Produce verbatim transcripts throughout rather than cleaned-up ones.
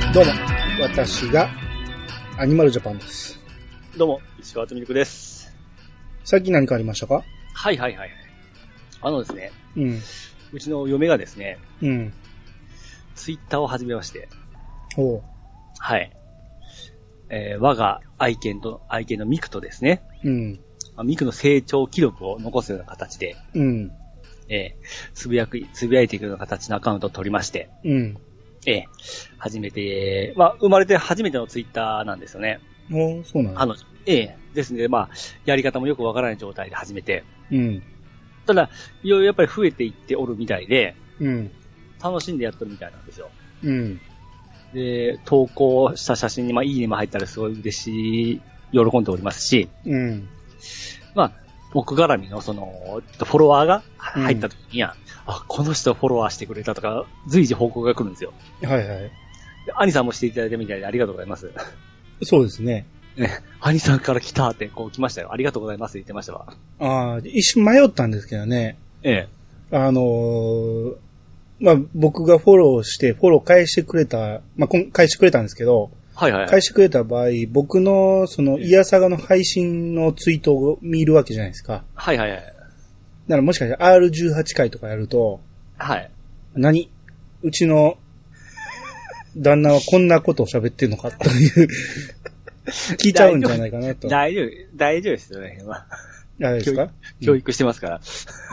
どうも、私がアニマルジャパンです。 どうも、石川とみるくです。 最近何かありましたか？ はいはいはい。あのですね、 うん。 うちの嫁がですね、 うん。 ツイッターを始めまして。 おう。 はい。えー、我が愛犬と、愛犬のミクとですね、 うん。 ミクの成長記録を残すような形で、 うん。 えー、つぶやく、つぶやいていくような形のアカウントを取りまして、 うん。 えー、初めて、まあ、生まれて初めてのツイッターなんですよね。 おう、そうなの？ あの、ええー、ですね、まあ、やり方もよくわからない状態で始めて、 うん。 ただ、いろいろやっぱり増えていっておるみたいで、 うん。 楽しんでやってるみたいなんですよ。 うん。 で、投稿した写真に、まあ、いいねも入ったらすごい嬉しい、喜んでおりますし、 うん。 まあ、僕絡みのその、フォロワーが入った時には、うん、あ、この人フォロワーしてくれたとか、随時報告が来るんですよ。 はいはい。 兄さんもしていただいたみたいでありがとうございます。 そうですね。 ね、兄さんから来たってこう来ましたよ。ありがとうございますって言ってましたわ。 ああ、一瞬迷ったんですけどね。 ええ。 あのー、まあ、僕がフォローして、フォロー返してくれた、まあ、返してくれたんですけど、 はいはいはい。 返してくれた場合、僕の、その、イヤサガの配信のツイートを見るわけじゃないですか。 はいはいはい。 だからもしかしたら アールじゅうはち 回とかやると、 はい。 何うちの旦那はこんなことを喋ってるのかという聞いちゃうんじゃないかなと。 大丈夫、大丈夫ですよね。まあ、 あれですか？ 教育してますから。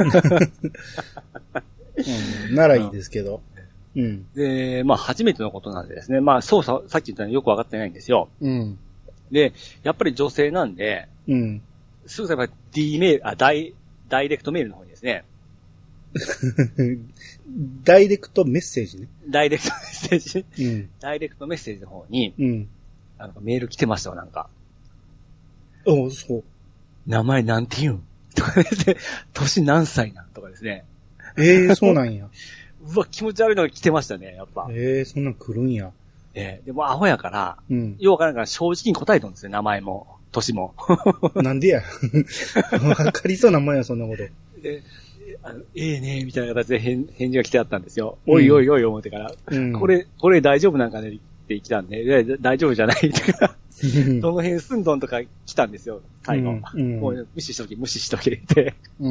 うん、ならいいですけど。うん。 で、まあ初めてのことなんでですね。まあ操作、さっき言ったようによくわかってないんですよ。 うん。 で、やっぱり女性なんで、 うん。 すぐさま D メール、あ、ダイ、ダイレクトメールの方にですね。 ダイレクトメッセージね。 ダイレクトメッセージ。 うん。 ダイレクトメッセージの方に、 うん。 なんかメール来てましたわ、なんか。 お、そう。 名前なんて言うんとかですね。年何歳なんとかですね。 ええー、そうなんや。 うわ、気持ち悪いのが来てましたね、やっぱ。 ええー、そんなん来るんや。 えー、でもアホやから、 うん。 ようわからんから正直に答えたんですよ、名前も、年も。 なんでや。わかりそうなもんや、そんなこと。 で、あの、ええねみたいな形で返返事が来てあったんですよ。うん、おいおいおい思ってから、うん、これ、これ大丈夫なんかねって来たんで、大丈夫じゃないってから、どの辺すんどんとか来たんですよ、最後。うん、もう無視しとけ、無視しとけって。うん。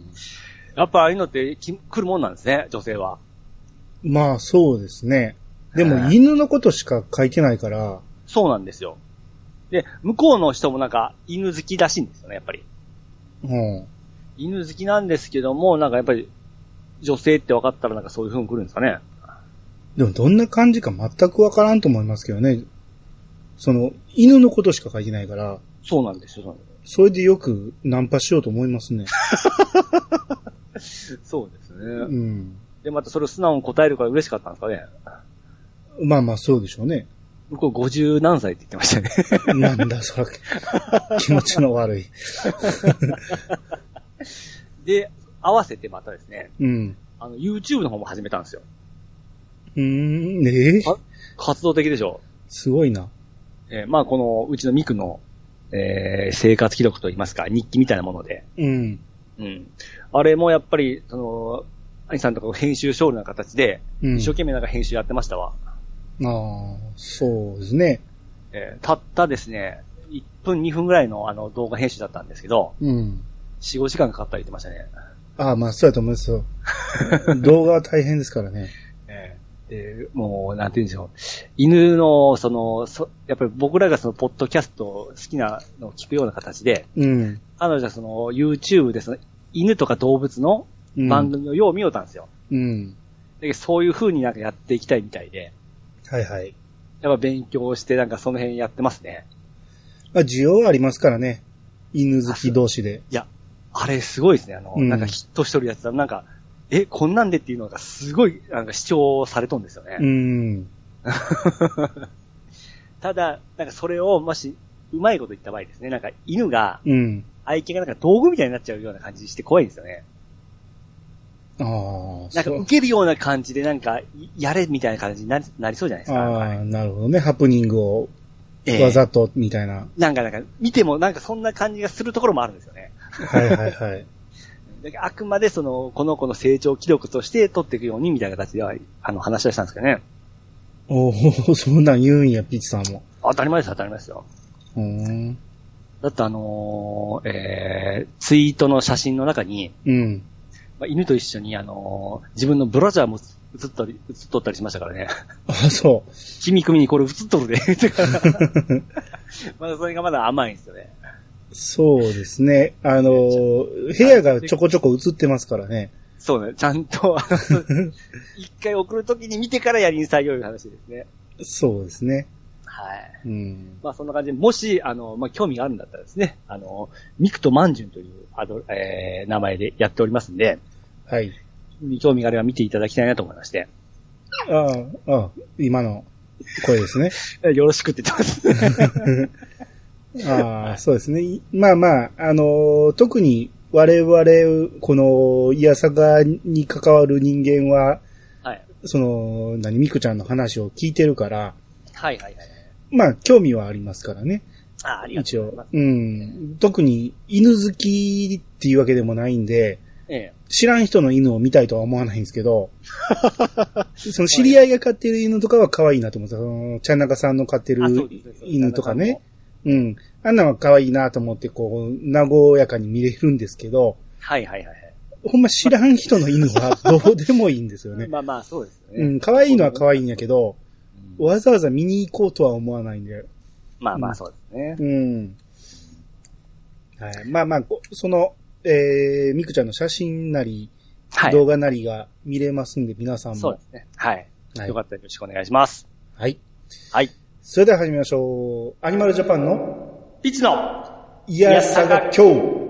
やっぱああいうのって来るもんなんですね、女性は。 まあそうですね。でも犬のことしか書いてないから。 そうなんですよ。で、向こうの人もなんか犬好きらしいんですよね、やっぱり。 うん。 犬好きなんですけども、なんかやっぱり女性って分かったらなんかそういう風に来るんですかね。 でもどんな感じか全く分からんと思いますけどね。その、犬のことしか書いてないから。 そうなんですよ。そうなんです。 それでよくナンパしようと思いますね。 そうですね。 うん。 で、またそれを素直に答えるから嬉しかったんですかね。 まあまあそうでしょうね。 向こうごじゅう何歳って言ってましたね。 なんだそれ。気持ちの悪い。 で、合わせてまたですね。 うん。 あの、YouTube の方も始めたんですよ。 うーん、ねえ。 活動的でしょ。 すごいな。 えー、まあこの、うちのミクの、えー、生活記録といいますか、日記みたいなもので。 うん。 うん。あれもやっぱり、その、兄さんとか編集ショールな形で、うん、一生懸命なんか編集やってましたわ。 ああ、そうですね。 えー、たったですね、いっぷんにふんぐらいのあの動画編集だったんですけど、うん。よん、ごじかんかかったり言ってましたね。 ああ、まあそうやと思いますよ。動画は大変ですからね。 えー、で、もう、なんて言うんでしょう。犬の、その、そやっぱり僕らがその、ポッドキャスト好きなのを聞くような形で、うん。彼女はその、YouTube でその、犬とか動物の番組をよう見よったんですよ。うん。でそういう風になんかやっていきたいみたいで。 はいはい。 やっぱ勉強してなんかその辺やってますね。 まあ需要はありますからね。犬好き同士で。 いや、あれすごいですね。あの、うん、なんかヒットしとるやつだ。なんか、え、こんなんでっていうのがすごい、なんか視聴されとんですよね。うん。ただ、なんかそれをもし、うまいこと言った場合ですね。なんか犬が、うん。愛犬がなんか道具みたいになっちゃうような感じして怖いんですよね。ああ。なんか受けるような感じでなんか、やれみたいな感じになり、なりそうじゃないですか。 ああ、なるほどね。ハプニングを、わざと、みたいな、えー。 なんかなんか、見てもなんかそんな感じがするところもあるんですよね。 はいはいはい。 だからあくまでその、この子の成長記録として取っていくようにみたいな形では、あの、話はしたんですけどね。 おお、そんなん言うんや、ピッチさんも。 当たり前です、当たり前ですよ。 うん。 だってあのー、えー、ツイートの写真の中に、 うん。 まあ、犬と一緒にあのー、自分のブラジャーも映ったり、映っとったりしましたからね。 あ、そう。 君組にこれ映っとるで。まだそれがまだ甘いんですよね。 そうですね。あのー、部屋がちょこちょこ映ってますからね。 そうね。ちゃんと、一回送るときに見てからやりにさいよういう話ですね。 そうですね。 はい。 うん。 まあそんな感じで、もし、あの、まあ興味があるんだったらですね、あの、ミクとマンジュンというアド、えー、名前でやっておりますんで、 はい。 興味があれば見ていただきたいなと思いまして。 ああ、ああ、今の声ですね。 よろしくって言ってます。ああ、そうですね。まあまあ、あのー、特に我々、この、イヤサガに関わる人間は、 はい。 その、何、ミクちゃんの話を聞いてるから、 はいはいはい。 まあ、興味はありますからね。 ああ、ありがとうございます。 一応。うん。特に犬好きっていうわけでもないんで、 ええ、 知らん人の犬を見たいとは思わないんですけど、その知り合いが飼ってる犬とかは可愛いなと思って、その、ちゃんなかさんの飼ってる犬とかね。うん。あんなのは可愛いなと思って、こう、和やかに見れるんですけど、 はいはいはい。 ほんま知らん人の犬はどうでもいいんですよね。 まあまあ、そうですよね。 うん、可愛いのは可愛いんやけど、うん、わざわざ見に行こうとは思わないんで。 まあまあ、そうですね。 うん。はい。まあまあ、その、えー、ミクちゃんの写真なり、はい、動画なりが見れますんで、皆さんも。 そうですね。はい。はい、よかったらよろしくお願いします。 はい。 はい。 それでは始めましょう。アニマルジャパンのピッチのいやさが今日。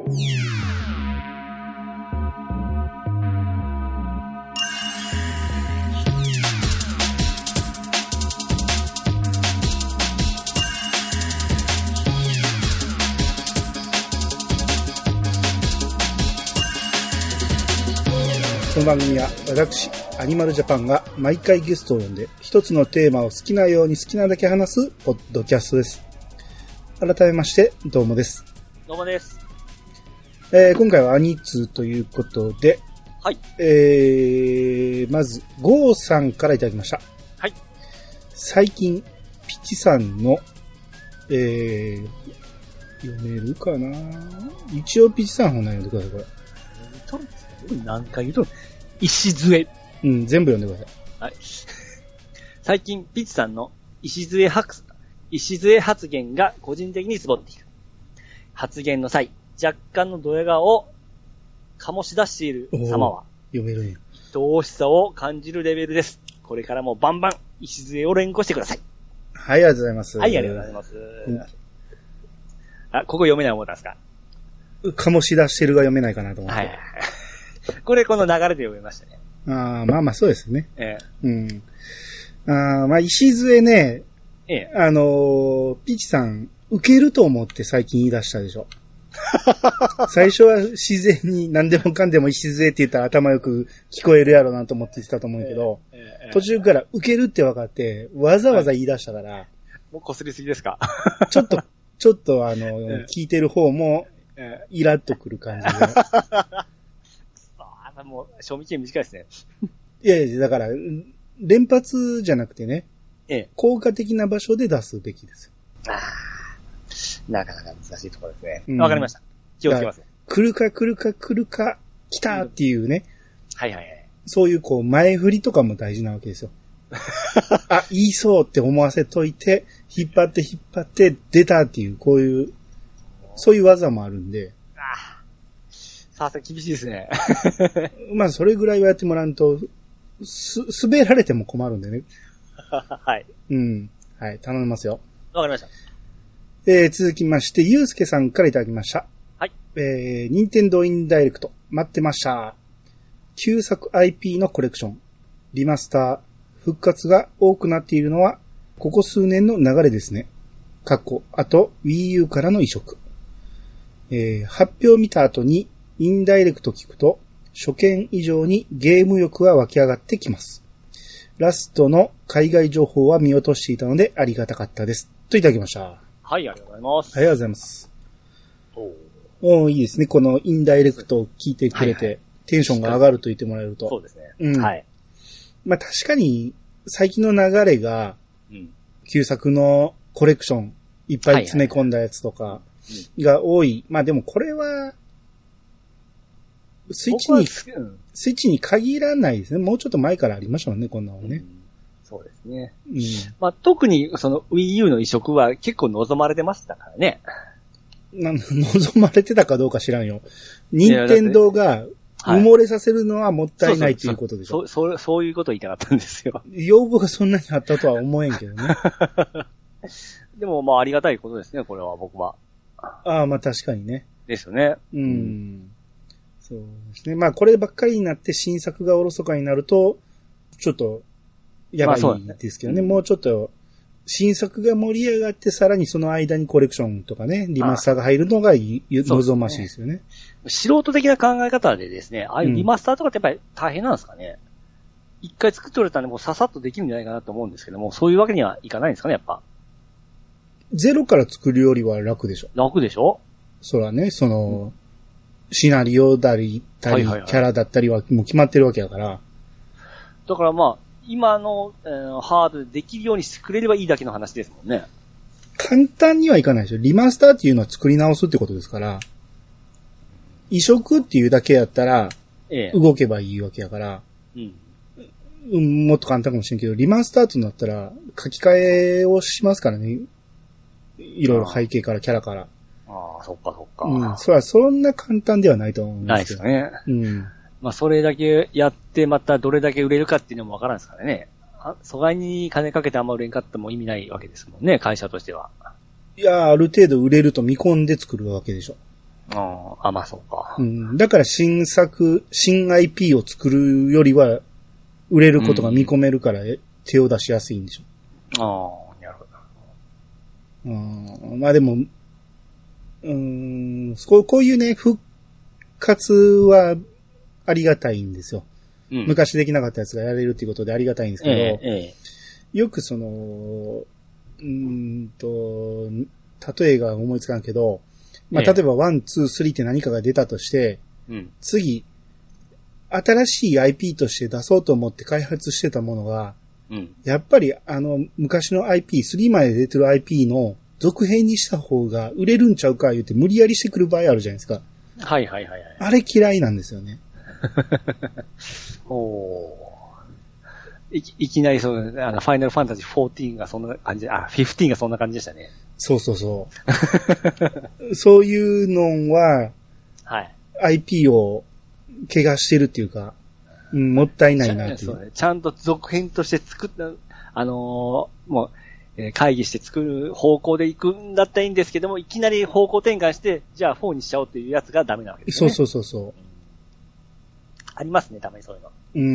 この番組は私、アニマルジャパンが毎回ゲストを呼んで一つのテーマを好きなように好きなだけ話すポッドキャストです。改めまして、どうもです。 どうもです。 えー、今回はアニツーということで、 はい。 えー、まず、ゴーさんからいただきました。 はい。 最近、ピチさんの、えー、読めるかな一応ピチさんの方読んでください、これ。 何回言うと、礎。 うん、全部読んでください。 はい。最近、ピッチさんの礎発、礎発言が個人的にツボっている。発言の際、若干のドヤ顔を醸し出している様は、 読めるね。 愛おしさを感じるレベルです。これからもバンバン、礎を連呼してください。 はい、ありがとうございます。 はい、ありがとうございます。うん、あ、ここ読めない思ったんですか？ 醸し出してるが読めないかなと思って。はい。 これこの流れで読みましたね。 ああ、まあまあそうですね。 ええ。うん。ああ、まあ礎ね、 ええ。 あのー、ピーチさん、受けると思って最近言い出したでしょ。最初は自然に何でもかんでも礎って言ったら頭よく聞こえるやろなと思って言ってたと思うけど、ええええ、途中から受けるって分かって、わざわざ言い出したから。はい、 もう擦りすぎですか？ ちょっと、ちょっとあの、ええ、聞いてる方も、イラッとくる感じで。 もう、賞味期限短いですね。 いやいや、だから、連発じゃなくてね、 ええ、 効果的な場所で出すべきですよ。ああ、なかなか難しいところですね。わ、うん、かりました。気をつけます。 来るか来るか来るか、来たっていうね。 はいはいはい。 そういうこう、前振りとかも大事なわけですよ。あ、言いそうって思わせといて、引っ張って引っ張って出たっていう、こういう、そういう技もあるんで。 さすが厳しいですね。 まあ、それぐらいはやってもらうと、す、滑られても困るんでね。 はい。 うん。はい、頼みますよ。 わかりました。 えー、続きまして、ゆうすけさんからいただきました。 はい。 えー、任天堂インダイレクト、待ってました。旧作 アイピー のコレクション、リマスター、復活が多くなっているのは、ここ数年の流れですね。過去、あと Wii U からの移植。えー、発表見た後に、インダイレクト聞くと、初見以上にゲーム欲が湧き上がってきます。ラストの海外情報は見落としていたのでありがたかったです。といただきました。 はい、ありがとうございます。 ありがとうございます。おー、いいですね。このインダイレクトを聞いてくれて、はいはい、テンションが上がると言ってもらえると。 そうですね。 うん。 はい。 まあ確かに、 最近の流れが、うん、旧作のコレクション、いっぱい詰め込んだやつとかが多い。はいはいはい、まあでもこれは、スイッチに、スイッチに限らないですね。もうちょっと前からありましたもんね、こんなのね。うん、 そうですね。うん、まあ特にその Wii U の移植は結構望まれてましたからね。 な、望まれてたかどうか知らんよ。任天堂が埋もれさせるのはもったいないっていうことでしょ。 そう、そう、そういうことを言いたかったんですよ。 要望がそんなにあったとは思えんけどね。 でもまあありがたいことですね、これは僕は。 ああ、まあ確かにね。 ですよね。 うん。うんそうですね。まあこればっかりになって新作がおろそかになると、ちょっと、やばいですけどね。まあ、ねもうちょっと、新作が盛り上がってさらにその間にコレクションとかね、リマスターが入るのが望ましいですよね。 素人的な考え方でですね、ああいうリマスターとかってやっぱり大変なんですかね。一、うん、回作っておれたんでもうささっとできるんじゃないかなと思うんですけども、そういうわけにはいかないんですかね、やっぱ。 ゼロから作るよりは楽でしょ。 楽でしょそらね、その、うんシナリオだり、たり、キャラだったりはもう決まってるわけだから。 だからまあ、今の、えー、ハードでできるようにしてくれればいいだけの話ですもんね。 簡単にはいかないでしょ。リマスターっていうのは作り直すってことですから、移植っていうだけやったら、ええ、動けばいいわけやから、うんうん、もっと簡単かもしれんけど、リマスターとなったら書き換えをしますからね。いろいろ背景からキャラから。 ああ、そっかそっか。 うん。それはそんな簡単ではないと思うんですけど。 ないですかね。うん。まあ、それだけやって、またどれだけ売れるかっていうのもわからんですからね。阻害に金かけてあんま売れんかっても意味ないわけですもんね、会社としては。 いや、ある程度売れると見込んで作るわけでしょ。 ああ、まあそうか。 うん。だから新作、新 アイピー を作るよりは、売れることが見込めるから手を出しやすいんでしょ。ああ、なるほど。うん。まあでも、うーん、こう、こういうね、復活はありがたいんですよ。うん、昔できなかったやつがやれるっていうことでありがたいんですけど、ええええ、よくその、うーんと、例えが思いつかんけど、まあ、例えばワン、ツー、スリーって何かが出たとして、うん、次、新しい アイピー として出そうと思って開発してたものが、うん、やっぱりあの、昔の アイピー、スリーまで出てる アイピー の続編にした方が売れるんちゃうか言って無理やりしてくる場合あるじゃないですか。 はいはいはい、はい。 あれ嫌いなんですよね。 おー。いき、いきなりそう、あの、ファイナルファンタジーじゅうよんがそんな感じ、あ、じゅうごがそんな感じでしたね。 そうそうそう。そういうのは、はい。アイピー を怪我してるっていうか、うん、もったいないなっていう。そうね。 ちゃんと続編として作った、あのー、もう、会議して作る方向で行くんだったらいいんですけども、いきなり方向転換して、じゃあよんにしちゃおうっていうやつがダメなわけですね。 そうそうそうそう。 ありますね、たまにそういうの。 うん。うん、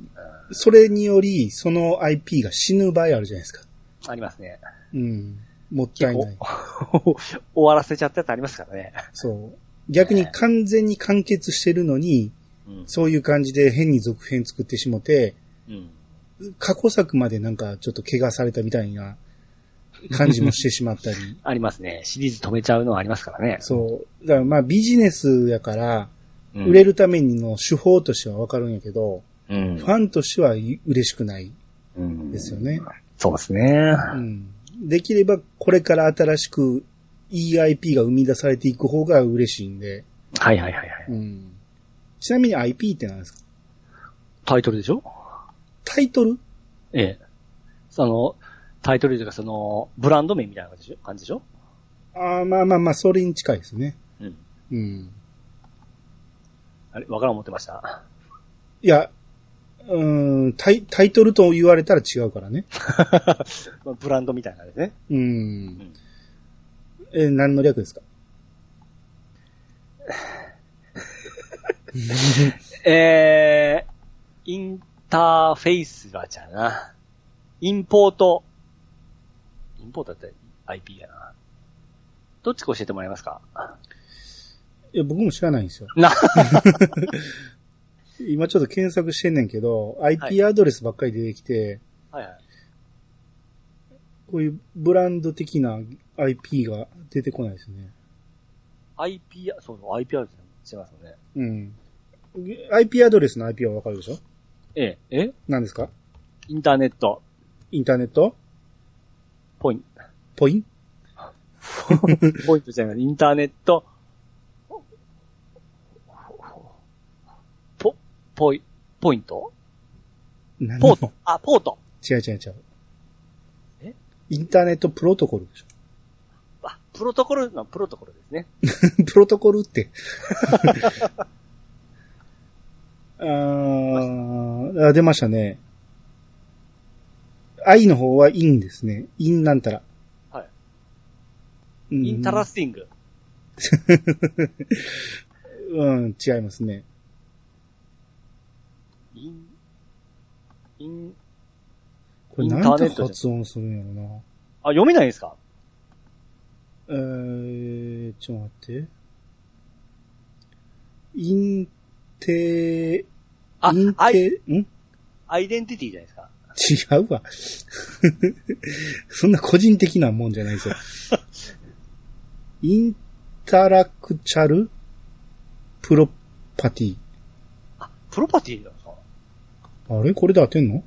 それにより、その アイピー が死ぬ場合あるじゃないですか。 ありますね。 うん。もったいない。 終わらせちゃったやつありますからね。 そう。逆に完全に完結してるのに、うん、そういう感じで変に続編作ってしもて、うん過去作までなんかちょっと怪我されたみたいな感じもしてしまったり。 ありますね。シリーズ止めちゃうのはありますからね。 そう。だからまあビジネスやから、売れるためにの手法としてはわかるんやけど、うん、ファンとしては嬉しくないですよね。うん、 そうですね、 うん。できればこれから新しく イーアイピー が生み出されていく方が嬉しいんで。 はいはいはいはい。 うん、ちなみに アイピー って何ですか？ タイトルでしょ？ タイトル？ ええ。その、タイトルというかその、ブランド名みたいな感じでしょ？ ああ、まあまあまあ、それに近いですね。うん。うん。 あれ、わからん思ってました。 いや、うーん、タイ、タイトルと言われたら違うからね。 ブランドみたいなですね。 うん。うん、え、何の略ですか？ えー、インターフェイスがじゃな。インポート。インポートだったら アイピー やな。どっちか教えてもらえますか？ いや、僕も知らないんですよ。な今ちょっと検索してんねんけど、アイピー アドレスばっかり出てきて、はいはいはい、こういうブランド的な アイピー が出てこないですね。 アイピー、そうそう、アイピー アドレス違いますよね。 うん。アイピー アドレスの アイピー はわかるでしょ？ ええ。え？ 何ですか？ インターネット。 インターネットポイン。 ポインポイントじゃない、インターネット。ポ、ポイ、ポイントポート。あ、ポート。 違う違う違う。 えインターネットプロトコルでしょ。 あ、プロトコルのプロトコルですね。 プロトコルって。あーあ、出ましたね。I の方はインですね。インなんたら。 はい。インタラスティング。 うん、違いますね。 イン、イン、 これなんて発音するんやろな。 あ、読めないですか？ えー、ちょっと待って。インテ、 あ、 インテ、んアイデンティティじゃないですか。 違うわ。そんな個人的なもんじゃないですよ。インタラクチャルプロパティ。 あ、プロパティなんですか？ あれこれで合ってんの？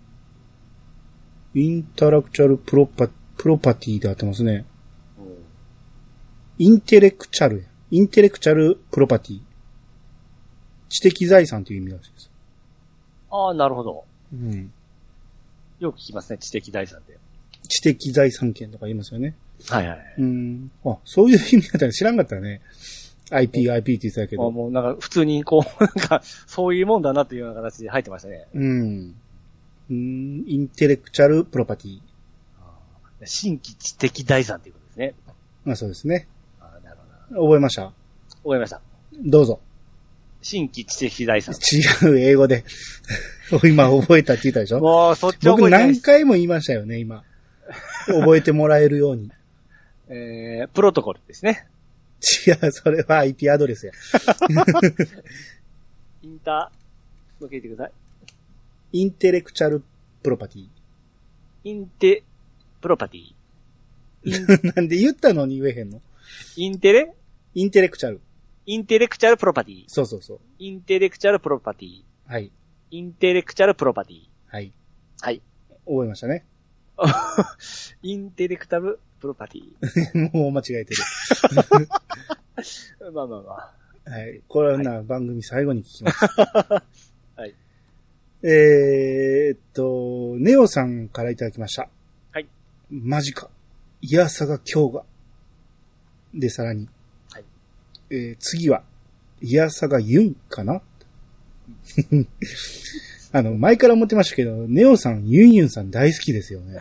インタラクチャルプロパ、プロパティで合ってますね。うん、インテレクチャル。インテレクチャルプロパティ。知的財産という意味らしいです。 ああ、なるほど。 うん。 よく聞きますね、知的財産で。 知的財産権とか言いますよね。 はいはい。 うん。あ、そういう意味だったら知らんかったね。アイピー、アイピー って言ってたけど。 もうなんか普通にこう、なんか、そういうもんだなというような形で入ってましたね。 うん。うん、インテレクチャルプロパティ。 新規知的財産ということですね。 まあそうですね。 あなるほど。 覚えました？ 覚えました。 どうぞ。 新規知的財産。 違う、英語で。今覚えたって言ったでしょ？ もうそっち覚えてない。 僕何回も言いましたよね、今。覚えてもらえるように。 えー、プロトコルですね。 違う、それは アイピー アドレスや。 インター、もう聞いてください。 インテレクチャルプロパティ。 インテ、プロパティ。 なんで言ったのに言えへんの？ インテレインテレクチャル。 インテレクチャルプロパティ。 そうそうそう。 インテレクチャルプロパティ。 はい。 インテレクチャルプロパティ。 はい。 はい。 覚えましたね。 インテレクタブプロパティ。もう間違えてる。 まあまあまあ。 はい。これはな、はい、番組最後に聞きます。 はい。 えーっと、ネオさんからいただきました。 はい。 マジか。いやさが今日が。で、さらに。 はい。 えー、次は、いやさがユンかなあの、前から思ってましたけど、ネオさん、ユンユンさん大好きですよね。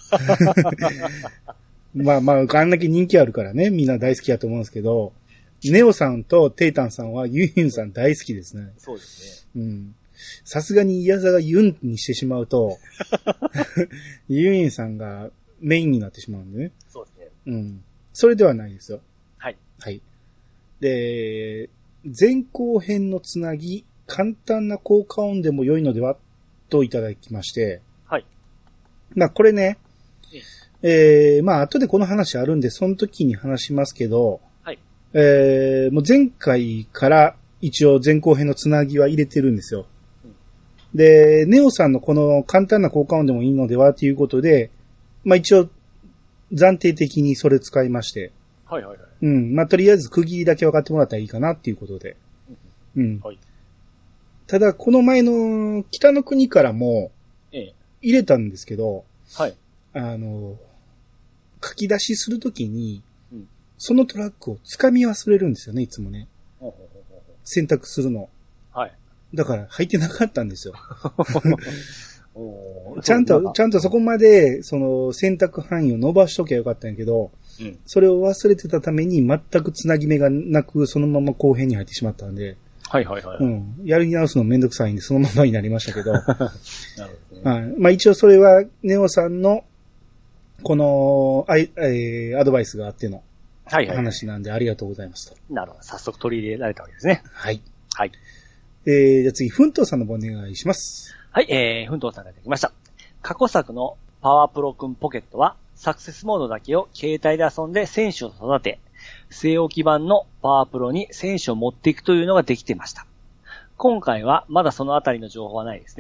まあまあ、あんだけ人気あるからね、みんな大好きやと思うんですけど、ネオさんとテイタンさんはユンユンさん大好きですね。 そうですね。 うん。さすがにイヤサがユンにしてしまうと、ユンユンさんがメインになってしまうんでね。 そうですね。 うん。それではないですよ。 はい。 はい。で、前後編のつなぎ、簡単な効果音でも良いのではといただきまして。 はい。 まあこれね、えー、まあ後でこの話あるんで、その時に話しますけど、 はい。 えー、もう前回から一応前後編のつなぎは入れてるんですよ。うん、で、ネオさんのこの簡単な効果音でもいいのではということで、まあ一応暫定的にそれ使いまして。 はいはいはい。 うん。まあとりあえず区切りだけ分かってもらったらいいかなっていうことで。うん。はい。ただ、この前の北の国からも、入れたんですけど、 はい。 あの、書き出しするときに、うん、そのトラックを掴み忘れるんですよね、いつもね。ほうほうほうほう選択するの。 はい。 だから入ってなかったんですよ。ちゃんと、ちゃんとそこまで、その選択範囲を伸ばしときゃよかったんやけど、うん、それを忘れてたために全くつなぎ目がなく、そのまま後編に入ってしまったんで、 はいはいはい。 うん。やり直すのめんどくさいんで、そのままになりましたけど。なるほどね。 はい。まあ一応それは、ネオさんの、この、あい、えー、アドバイスがあっての、はいはい。話なんで、ありがとうございますと。 なるほど。早速取り入れられたわけですね。 はい。 はい。 えー、じゃあ次、フントーさんの方お願いします。 はい、えー、フントーさんができました。過去作のパワープロくんポケットは、サクセスモードだけを携帯で遊んで選手を育て、据え置き版のパワープロに選手を持っていくというのができていました。今回はまだそのあたりの情報はないですね。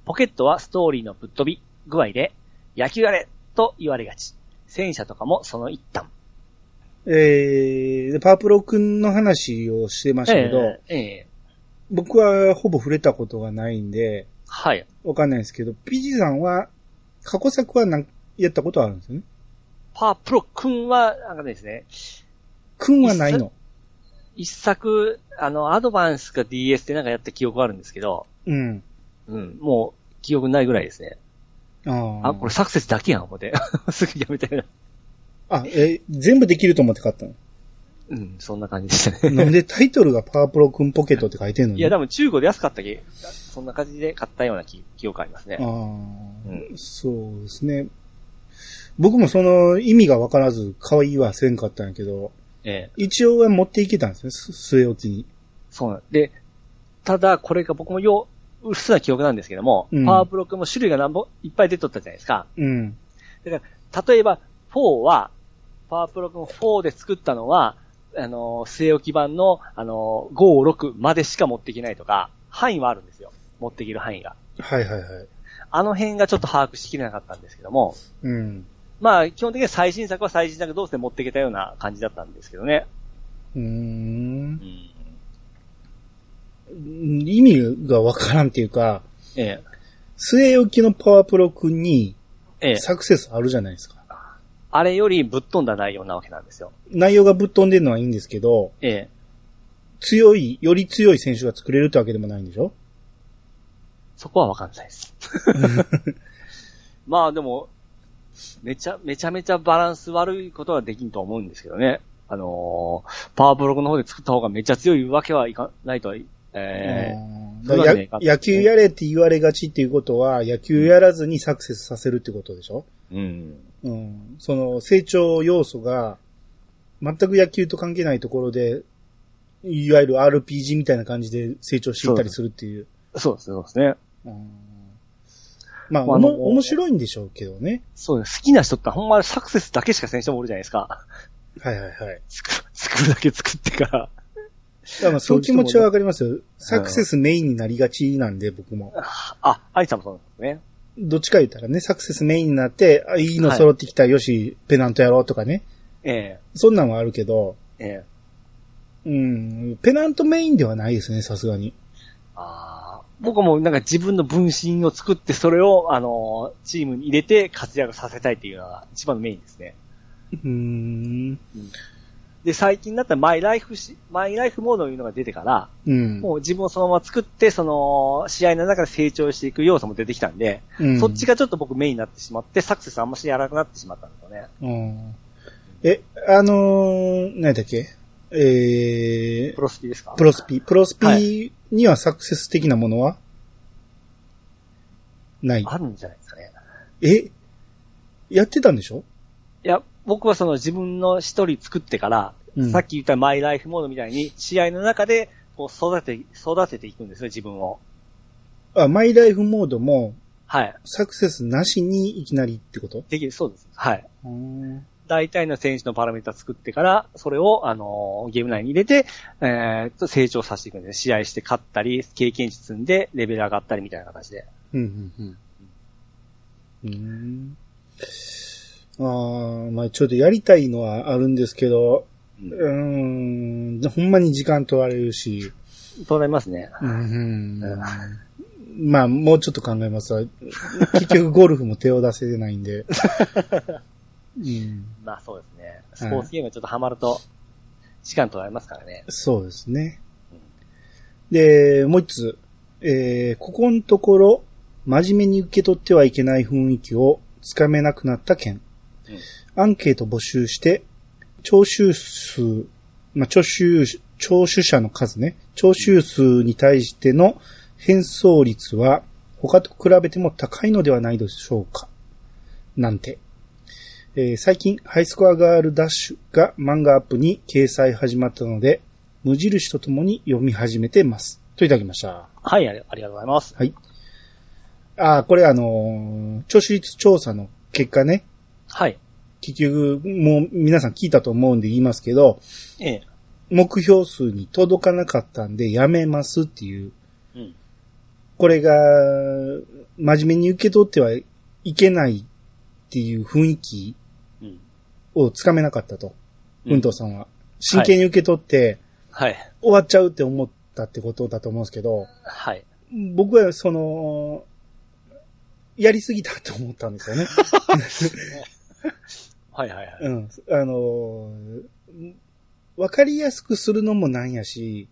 ポケットはストーリーのぶっ飛び具合で、野球やれと言われがち。戦車とかもその一端。 えー、パワプロくんの話をしてましたけど、えーえー、僕はほぼ触れたことがないんで、 はい。 わかんないですけど、ピジさんは、過去作はなんやったことあるんですよね。 パワプロくんは、なんかですね。 くんはないの一作、あの、アドバンスか ディーエス でなんかやった記憶があるんですけど、 うん。 うん、もう、記憶ないぐらいですね。 ああ。あ、これサクセスだけやん、思って。すぐやめたいな。 あ、え、全部できると思って買ったの？ うん、そんな感じでしたね。 なんでタイトルがパワプロくんポケットって書いてんのに？ いや、多分中古で安かったけ、そんな感じで買ったような記記憶ありますね。 ああ、うん、そうですね。僕もその意味がわからず可愛いはせんかったんやけど、ええ、一応は持っていけたんですね、据え置きに。 そうなんで、ただこれが僕もよう、うっすら記憶なんですけども、うん、パワープロくんも種類が何本いっぱい出とったじゃないですか。 うん。 だから、例えば、フォーは、パワープロくんフォーで作ったのは、あの、据え置き版の、あの、ご、ろくまでしか持っていけないとか、範囲はあるんですよ。持っていける範囲が。 はいはいはい。 あの辺がちょっと把握しきれなかったんですけども、 うん。 まあ、基本的には最新作は最新作同士で持っていけたような感じだったんですけどね。 うーん。うん、意味がわからんっていうか、ええ。据え置きのパワープロくんに、ええ。サクセスあるじゃないですか。 あれよりぶっ飛んだ内容なわけなんですよ。 内容がぶっ飛んでるのはいいんですけど、ええ。強い、より強い選手が作れるってわけでもないんでしょ？ そこはわかんないです。まあでも、めちゃ、めちゃめちゃバランス悪いことはできんと思うんですけどね。あのー、パワーブログの方で作った方がめちゃ強いわけはいかないとは、えー、だや野球やれって言われがちっていうことは、野球やらずにサクセスさせるってことでしょ？うん。うん。その成長要素が、全く野球と関係ないところで、いわゆる アールピージー みたいな感じで成長していったりするっていう。 そうです、そうですね。 うんまあ、まあ、おも、面白いんでしょうけどね。 そうです。好きな人ってほんまサクセスだけしかせん人もおるじゃないですか。 はいはいはい。 作る、作るだけ作ってから。だからそういう気持ちはわかりますよ。サクセスメインになりがちなんで、僕も。 あ、アイさんもそうなんですね。 どっちか言ったらね、サクセスメインになって、あ、いいの揃ってきた、はい、よし、ペナントやろうとかね。ええ。そんなんはあるけど。ええ。うん、ペナントメインではないですね、さすがに。 ああ。僕もなんか自分の分身を作ってそれをあのチームに入れて活躍させたいっていうのが一番のメインですね。うーん。で最近だったらマイライフしマイライフモードというのが出てから、うん、もう自分をそのまま作ってその試合の中で成長していく要素も出てきたんで、うん、そっちがちょっと僕メインになってしまってサクセスあんましやらなくなってしまったんですよね。 うん、えあのー、何だっけえー、 プロスピですか？ プロスピプロスピ、はいにはサクセス的なものはない。 あるんじゃないですかね。 えやってたんでしょ？ いや、僕はその自分の一人作ってから、うん、さっき言ったマイライフモードみたいに試合の中でこう育て、育てていくんですよ、自分を。 あ、マイライフモードも、はい。サクセスなしにいきなりってこと？ できる、そうです。はい。大体の選手のパラメータ作ってから、それを、あのー、ゲーム内に入れて、えー、と、成長させていくんです。試合して勝ったり、経験値積んで、レベル上がったりみたいな形で。うん、うん、 うん。うーん。ああ、まあちょっとやりたいのはあるんですけど、うん、うーん、ほんまに時間取られるし。 取られますね。うん、 うん。まあ、もうちょっと考えますわ。結局ゴルフも手を出せてないんで。 うん、まあそうですね。スポーツゲームちょっとハマると、時間取られますからね。 そうですね。うん、で、もう一つ、えー、ここのところ、真面目に受け取ってはいけない雰囲気をつかめなくなった件。うん、アンケート募集して、聴取数、まあ、聴取、聴取者の数ね、聴取数に対しての返送率は他と比べても高いのではないでしょうか。なんて。えー、最近、ハイスコアガールダッシュが漫画アップに掲載始まったので、無印とともに読み始めてます。といただきました。 はい、ありがとうございます。 はい。ああ、これあのー、聴取率調査の結果ね。はい。結局、もう皆さん聞いたと思うんで言いますけど、ええ。目標数に届かなかったんでやめますっていう、うん、 これが、真面目に受け取ってはいけないっていう雰囲気をつかめなかったと。うんとうさんは。真剣に受け取って、はい。終わっちゃうって思ったってことだと思うんですけど、はい。僕はその、やりすぎたと思ったんですよね。はいはいはい。うん。あの、わかりやすくするのもなんやし、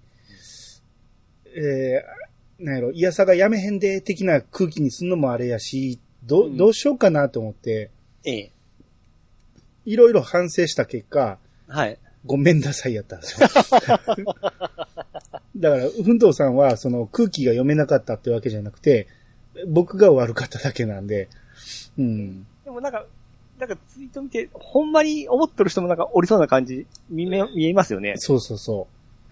えー、なんやろ、いやさがやめへんで的な空気にすんのもあれやし、ど、どうしようかなと思って、ええ。いろいろ反省した結果、はい。ごめんなさいやったんですよ。だから、ふんとうさんは、その空気が読めなかったってわけじゃなくて、僕が悪かっただけなんで、うん。 でもなんか、なんかツイート見て、ほんまに思ってる人もなんかおりそうな感じ、見え、見えますよね。 そうそうそう。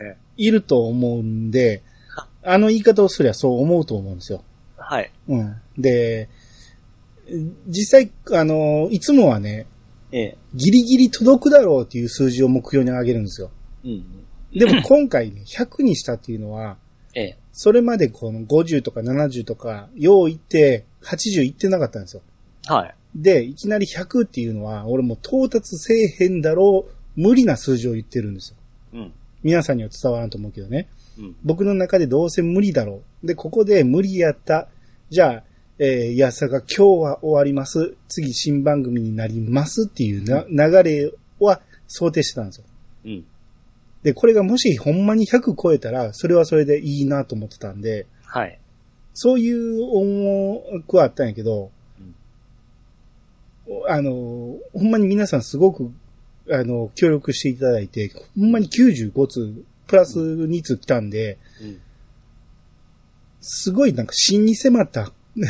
ええ、いると思うんで、あの言い方をすりゃそう思うと思うんですよ。はい。うん。で、実際、あの、いつもはね、ええ、ギリギリ届くだろうっていう数字を目標に上げるんですよ。うん。でも今回ね、ひゃくにしたっていうのは、ええ、それまでこのごじゅうとかななじゅうとか、よういってはちじゅういってなかったんですよ。はい。で、いきなりひゃくっていうのは、俺も到達せえへんだろう、無理な数字を言ってるんですよ。うん。皆さんには伝わらんと思うけどね。うん。僕の中でどうせ無理だろう。で、ここで無理やった。じゃあ、えー、やさが今日は終わります。次新番組になりますっていうな、流れは想定してたんですよ。うん。で、これがもしほんまにひゃく超えたら、それはそれでいいなと思ってたんで、はい。そういう思惑はあったんやけど、うん、あの、ほんまに皆さんすごく、あの、協力していただいて、ほんまにきゅうじゅうごつう、プラスにつ来たんで、うん、すごいなんか真に迫ったいや、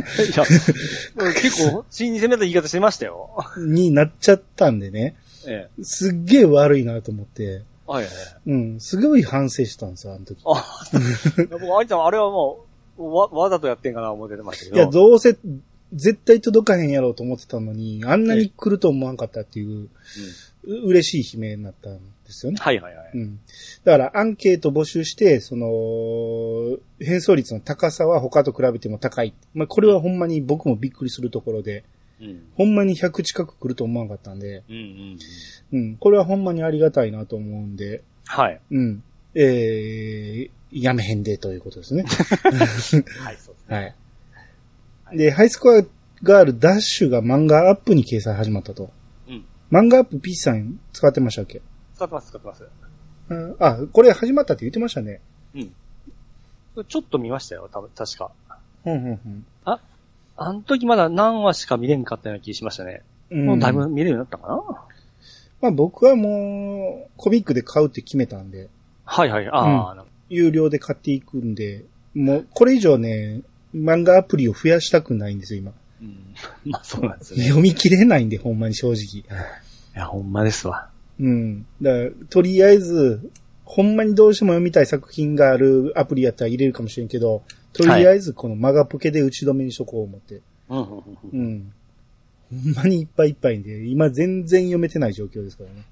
結構、死に攻めた言い方してましたよ。 になっちゃったんでね。ええ、すっげえ悪いなと思って。はいはい。うん。すごい反省したんですよ、あの時。あ、 僕、あいちゃん、あれはもう、わ、わざとやってんかな思ってましたけど。 いや、どうせ、絶対届かへんやろうと思ってたのに、あんなに来ると思わんかったっていう、うん、嬉しい悲鳴になったんですよね。はいはいはい。うん。だから、アンケート募集して、その、変装率の高さは他と比べても高い。まあ、これはほんまに僕もびっくりするところで、うん、ほんまにひゃく近く来ると思わんかったんで、うんうんうん、うん。これはほんまにありがたいなと思うんで、はい。うん。えー、やめへんでということですね。はい、そうですね。はい。はい、で、ハイスコアガールダッシュが漫画アップに掲載始まったと。うん。漫画アップ P さん使ってましたっけ？ 使ってます、使ってます。 うん、あ、これ始まったって言ってましたね。うん。 ちょっと見ましたよ、多分、確か。うんうんうん。あ、あの時まだ何話しか見れんかったような気しましたね。うん。もうだいぶ見れるようになったかな？ まあ僕はもう、コミックで買うって決めたんで。 はいはい、ああ、うん、 有料で買っていくんで、もう、これ以上ね、漫画アプリを増やしたくないんですよ、今。うん。まあそうなんですね。読み切れないんで、ほんまに正直。いや、ほんまですわ。 うん。だから、とりあえず、ほんまにどうしても読みたい作品があるアプリやったら入れるかもしれんけど、とりあえずこのマガポケで打ち止めにしとこう思って。うん。うん。ほんまにいっぱいいっぱいで、今全然読めてない状況ですからね。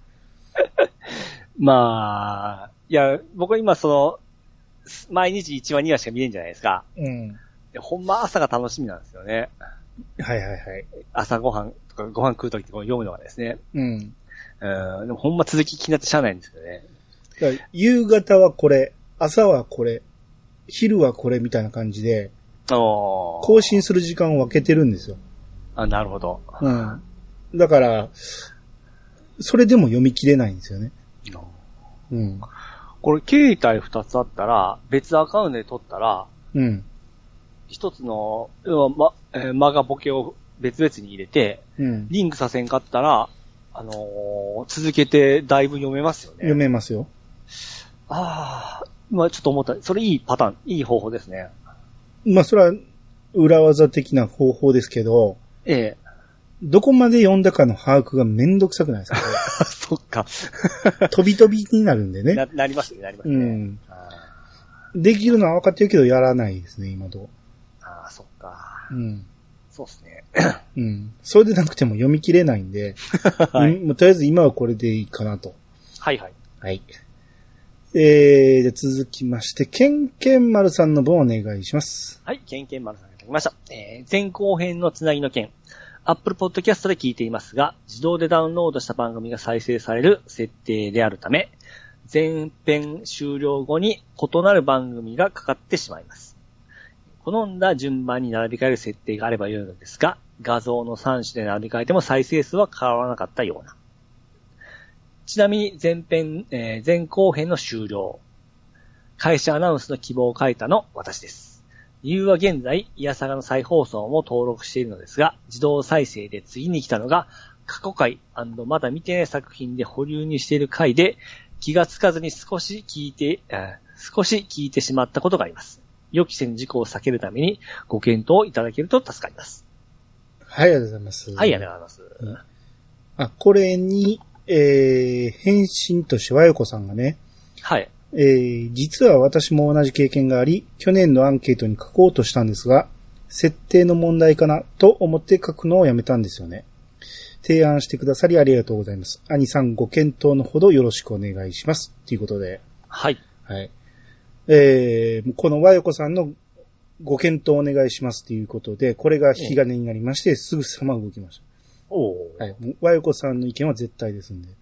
まあ、いや、僕は今その、毎日いちわにわしか見れんじゃないですか。うん。ほんま朝が楽しみなんですよね。 はいはいはい。 朝ご飯とかご飯食うときって読むのがですね。うん。うん、でもほんま続き気になってしゃあないんですけどね。 だから夕方はこれ、朝はこれ、昼はこれみたいな感じで、更新する時間を分けてるんですよ。 あ、なるほど。 うん。だから、それでも読み切れないんですよね。 うん。これ、携帯二つあったら、別アカウントで撮ったら、うん。一つの、ま、えー、マガポケを別々に入れて、うん。リンクさせんかったら、あのー、続けてだいぶ読めますよね。 読めますよ。 ああ、まあちょっと思った。それいいパターン、いい方法ですね。 まあそれは裏技的な方法ですけど、ええ。どこまで読んだかの把握がめんどくさくないですか？ そっか。 飛び飛びになるんでね。 な、なりますね、なりますね。うん。 できるのは分かってるけどやらないですね、今と。 ああ、そっか。うん。そうですね。 うん。それでなくても読み切れないんで、はい、もうとりあえず今はこれでいいかなと。 はいはい。 はい。 えー、で続きまして、ケンケン丸さんの分お願いします。 はい、ケンケン丸さんがいただきました。えー、前後編のつなぎの件。Apple Podcast で聞いていますが、自動でダウンロードした番組が再生される設定であるため、前編終了後に異なる番組がかかってしまいます。好んだ順番に並び替える設定があればよいのですが、画像のさん種で並び替えても再生数は変わらなかったような。ちなみに前編、えー、前後編の終了。会社アナウンスの希望を書いたの私です。理由は現在、イヤサガの再放送も登録しているのですが、自動再生で次に来たのが、過去回&まだ見てない作品で保留にしている回で、気がつかずに少し聞いて、少し聞いてしまったことがあります。予期せぬ事故を避けるためにご検討いただけると助かります。 はい、ありがとうございます。 はい、ありがとうございます。うん、 あ、これに、えー、返信として和よこさんがね、 はい。 えー、実は私も同じ経験があり、去年のアンケートに書こうとしたんですが、設定の問題かなと思って書くのをやめたんですよね。提案してくださりありがとうございます。兄さんご検討のほどよろしくお願いします。ということで。 はい。 はい。えー、この和よこさんのご検討お願いしますということで、これが引き金になりまして、すぐさま動きました。 おー。 はい。和よこさんの意見は絶対ですんで。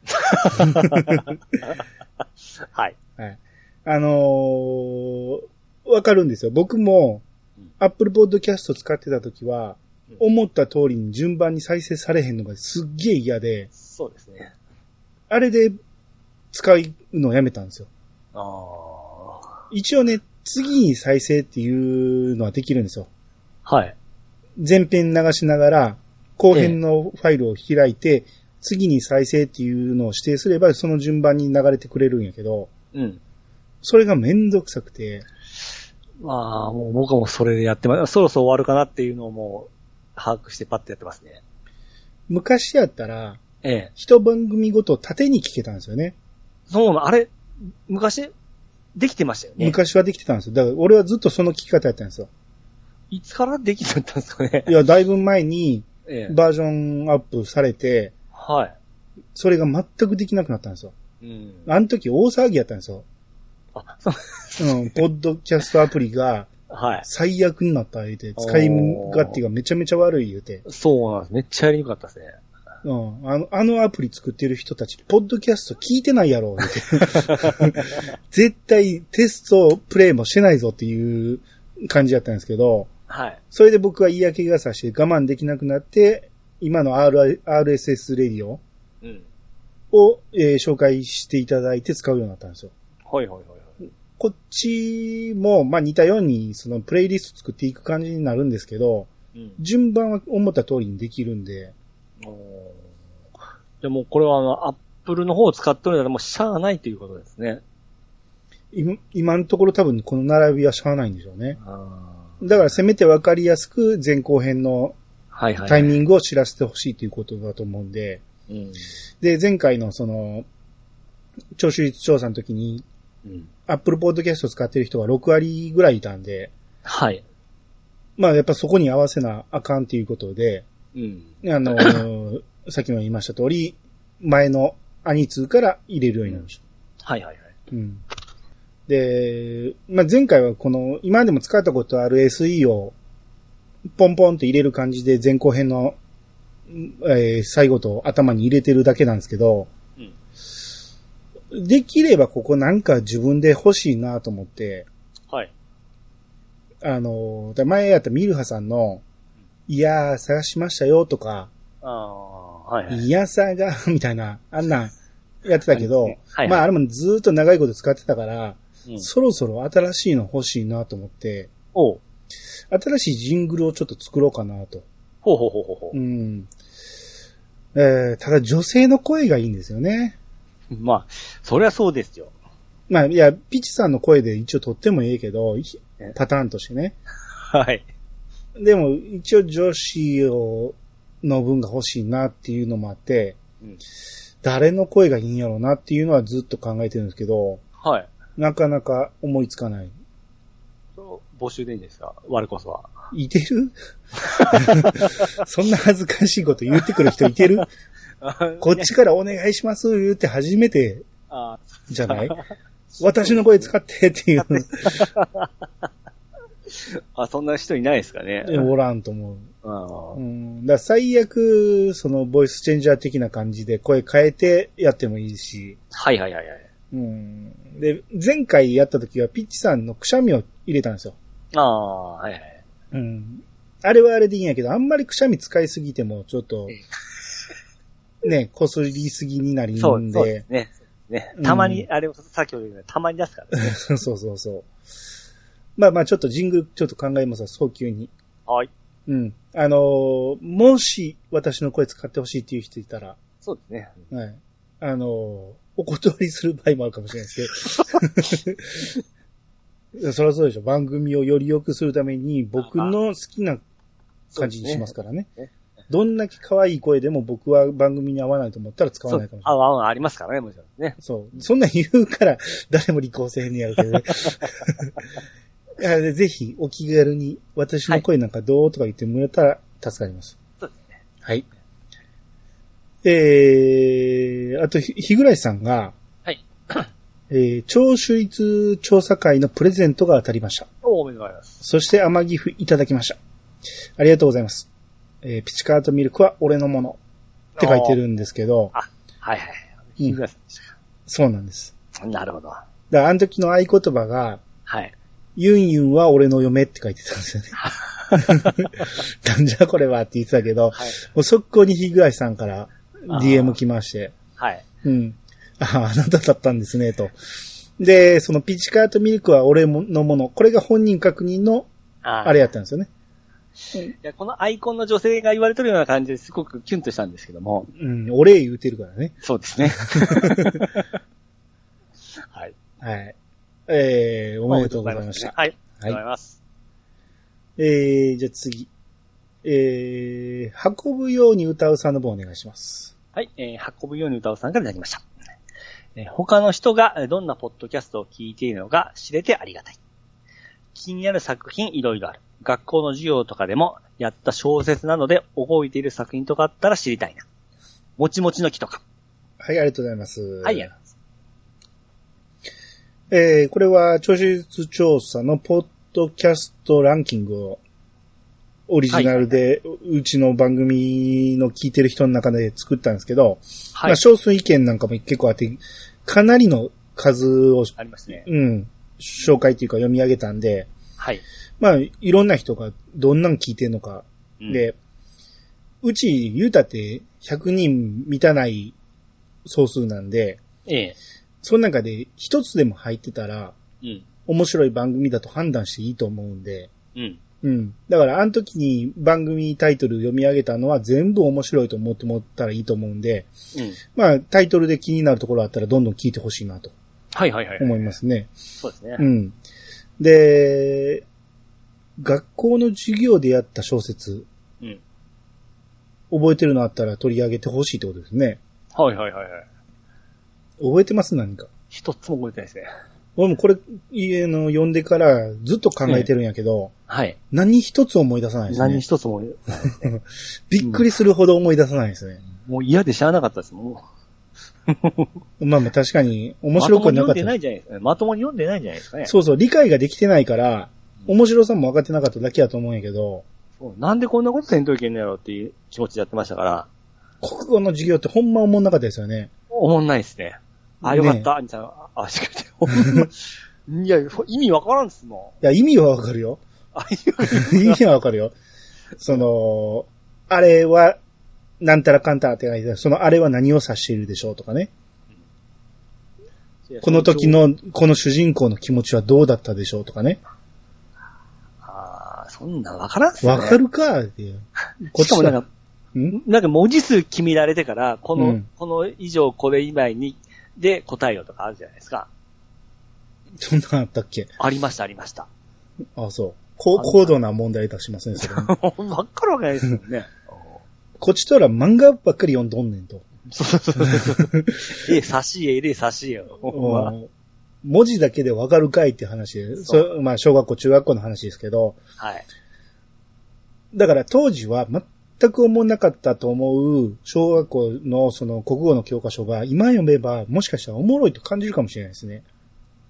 はい。 はい。あのー、わかるんですよ。僕も、Apple Podcast 使ってた時は、うん、思った通りに順番に再生されへんのがすっげえ嫌で、 そうですね。 あれで使うのをやめたんですよ。 あ一応ね、次に再生っていうのはできるんですよ。 はい。 前編流しながら、後編のファイルを開いて、ええ、次に再生っていうのを指定すれば、その順番に流れてくれるんやけど、 うん。 それがめんどくさくて。 まあ、もう僕はもうそれでやってます。そろそろ終わるかなっていうのをもう、把握してパッとやってますね。 昔やったら、 ええ。 一番組ごと縦に聞けたんですよね。 そうな、あれ、昔、できてましたよね。 昔はできてたんですよ。だから俺はずっとその聞き方やったんですよ。 いつからできてたんですかね。 いや、だいぶ前に、バージョンアップされて、ええ、 はい。 それが全くできなくなったんですよ。 うん。 あの時大騒ぎやったんですよ。あ、そう。うん、ポッドキャストアプリが、はい。最悪になった言うて、使い勝手がめちゃめちゃ悪い言うて。 そうなんです。めっちゃやりにくかったですね。 うん。あの、あのアプリ作ってる人たち、ポッドキャスト聞いてないやろ、言うて。絶対テストプレイもしてないぞっていう感じだったんですけど、 はい。 それで僕は嫌気がさして我慢できなくなって、今の R、アールエスエス レディオを、えー、紹介していただいて使うようになったんですよ。 はいはいはいはい。 こっちも、まあ似たように、そのプレイリスト作っていく感じになるんですけど、うん、順番は思った通りにできるんで。 おでもこれはあの、アップルの方を使ってるのでもうしゃあないということですね。 今、今のところ多分この並びはしゃあないんでしょうね。だからせめてわかりやすく前後編のタイミングを知らせてほしいということだと思うんで、うん、で、前回のその、聴取率調査の時に、うん、Apple Podcast 使ってる人がろく割ぐらいいたんで、 はい。 まあやっぱそこに合わせなあかんということで、うん、あの、さっきも言いました通り、前のアニツーから入れるようになりました。 はいはいはい。 うん、で、まあ前回はこの、今でも使ったことある エスイー をポンポンと入れる感じで前後編の、えー、最後と頭に入れてるだけなんですけど、うん、できればここなんか自分で欲しいなと思って、 はい。 あの、前やったミルハさんの、いやー探しましたよとか、 あはいはい、 いやさが、みたいな、あんなんやってたけど、はいはい、まああれもずーっと長いこと使ってたから、うん、そろそろ新しいの欲しいなと思って、 おう新しいジングルをちょっと作ろうかなと。 ほうほうほうほう。 うん。えー、ただ女性の声がいいんですよね。 まあ、そりゃそうですよ。 まあ、いや、ピチさんの声で一応撮ってもいいけど、パターンとしてね。 はい。 でも、一応女子を、の分が欲しいなっていうのもあって、うん、誰の声がいいんやろうなっていうのはずっと考えてるんですけど、 はい。 なかなか思いつかない。 募集でいいんですか？我こそは。 いてるそんな恥ずかしいこと言ってくる人いてるこっちからお願いします言って初めてじゃない私の声使ってっていう。 あ、そんな人いないですかね。 おらんと思う。あうん、だ最悪、その、ボイスチェンジャー的な感じで声変えてやってもいいし。 はいはいはいはい。 うん。で、前回やった時はピッチさんのくしゃみを入れたんですよ。 ああ、はいはい。 うん。あれはあれでいいんやけど、あんまりくしゃみ使いすぎても、ちょっと、ね、こすりすぎになりんで。 そうそうですね。ね。たまに、うん、あれをさっき言ったように、たまに出すからね。 そうそうそう。まあまあ、ちょっとジングルちょっと考えますわ、早急に。 はい。 うん。あのー、もし私の声使ってほしいっていう人いたら。 そうですね。 はい。あのー、お断りする場合もあるかもしれないですけど。そりゃそうでしょ。番組をより良くするために僕の好きな感じにしますからね。ねどんだけ可愛い声でも僕は番組に合わないと思ったら使わないかもしれない。 あ、あ、ありますからね、もちろんね。 そう。そんなん言うから誰も立候補せへんにやるけどね。いやぜひお気軽に私の声なんかどうとか言ってもらったら助かります。 はい、そうですね。 はい。えー、あと、日暮さんが、 はい。 えー、聴取率調査会のプレゼントが当たりました。 お、おめでとうございます。 そして天岐阜いただきました。ありがとうございます。えー、ピチカートミルクは俺のものって書いてるんですけど。 あ、はいはい。日暮さんでしたか、 うん。そうなんです。なるほど。だからあの時の合言葉が、 はい。 ユンユンは俺の嫁って書いてたんですよね。なんじゃこれはって言ってたけど、はい、もう速攻に日暮さんから ディーエム 来まして、 はい。 うん。あ、あなただったんですね、と。で、そのピチカートミルクは俺のもの、これが本人確認の、あれやったんですよね。 いや、このアイコンの女性が言われてるような感じですごくキュンとしたんですけども。 うん、俺言うてるからね。 そうですね。はい。 はい。えー、おめでとうございました。 はい。ありがとうございます。 はい、えー、じゃあ次。えー、運ぶように歌うさんの方お願いします。 はい、えー、運ぶように歌うさんからいただきました。えー、他の人がどんなポッドキャストを聞いているのか知れてありがたい。気になる作品いろいろある。学校の授業とかでもやった小説などで覚えている作品とかあったら知りたいな。もちもちの木とか。 はい、ありがとうございます。 はい、ありがとうございます。 えー、これは、聴取率調査のポッドキャストランキングを、オリジナルで、うちの番組の聞いてる人の中で作ったんですけど、はい、まあ、少数意見なんかも結構あって、かなりの数を、 ありますね。 うん、紹介というか読み上げたんで、 はい。 まあ、いろんな人がどんなん聞いてるのか、うん、で、うち、言うたってひゃくにん満たない総数なんで、 ええ。 その中で一つでも入ってたら、 うん、 面白い番組だと判断していいと思うんで、 うん。 うん。だから、あの時に番組タイトル読み上げたのは全部面白いと思ってもらったらいいと思うんで、 うん。 まあ、タイトルで気になるところあったらどんどん聞いてほしいなと。 はいはいはい。 思いますね。 そうですね。 うん。で、学校の授業でやった小説、 うん。 覚えてるのあったら取り上げてほしいってことですね。 はいはいはいはい。 覚えてます何か。 一つも覚えてないですね。 俺もこれ、家の読んでからずっと考えてるんやけど、 ええ、はい。 何一つ思い出さないですね。 何一つ思い出さないですね。 びっくりするほど思い出さないですね。 うん、もう嫌で知らなかったですもん。まあまあ確かに面白くなかった。まともに読んでないじゃないですかね。まともに読んでないんじゃないですかね。 そうそう、理解ができてないから、面白さも分かってなかっただけやと思うんやけど。 そうなんでこんなことせんといけんのやろっていう気持ちでやってましたから。 国語の授業ってほんま思んなかったですよね。 思んないですね。あ、よかった、みたいな。あ、しかし、いや、意味わからんっすもん。いや、意味はわかるよ。 あ、意味はわかる。意味はわかるよ。その、あれは、なんたらかんたらって書いてある。そのあれは何を指しているでしょうとかね。うん、この時の、この主人公の気持ちはどうだったでしょうとかね。 ああ、そんなわからんっすね。 わかるかっていう。 こっちもなんか、んなんか文字数決められてから、この、うん、この以上これ以外に、で答えよとかあるじゃないですか。 そんなあったっけ？ ありましたありました。 ああ、そう。高高度な問題出しますね、それ、ね。 わかるわけないですよね。 こっちとら漫画ばっかり読んどんねんと。 そうそうそう。え、差し絵、え、差し絵よ。 文字だけでわかるかいって話で、そまあ小学校、中学校の話ですけど。 はい。 だから当時は全く思わなかったと思う小学校のその国語の教科書が今読めばもしかしたらおもろいと感じるかもしれないですね。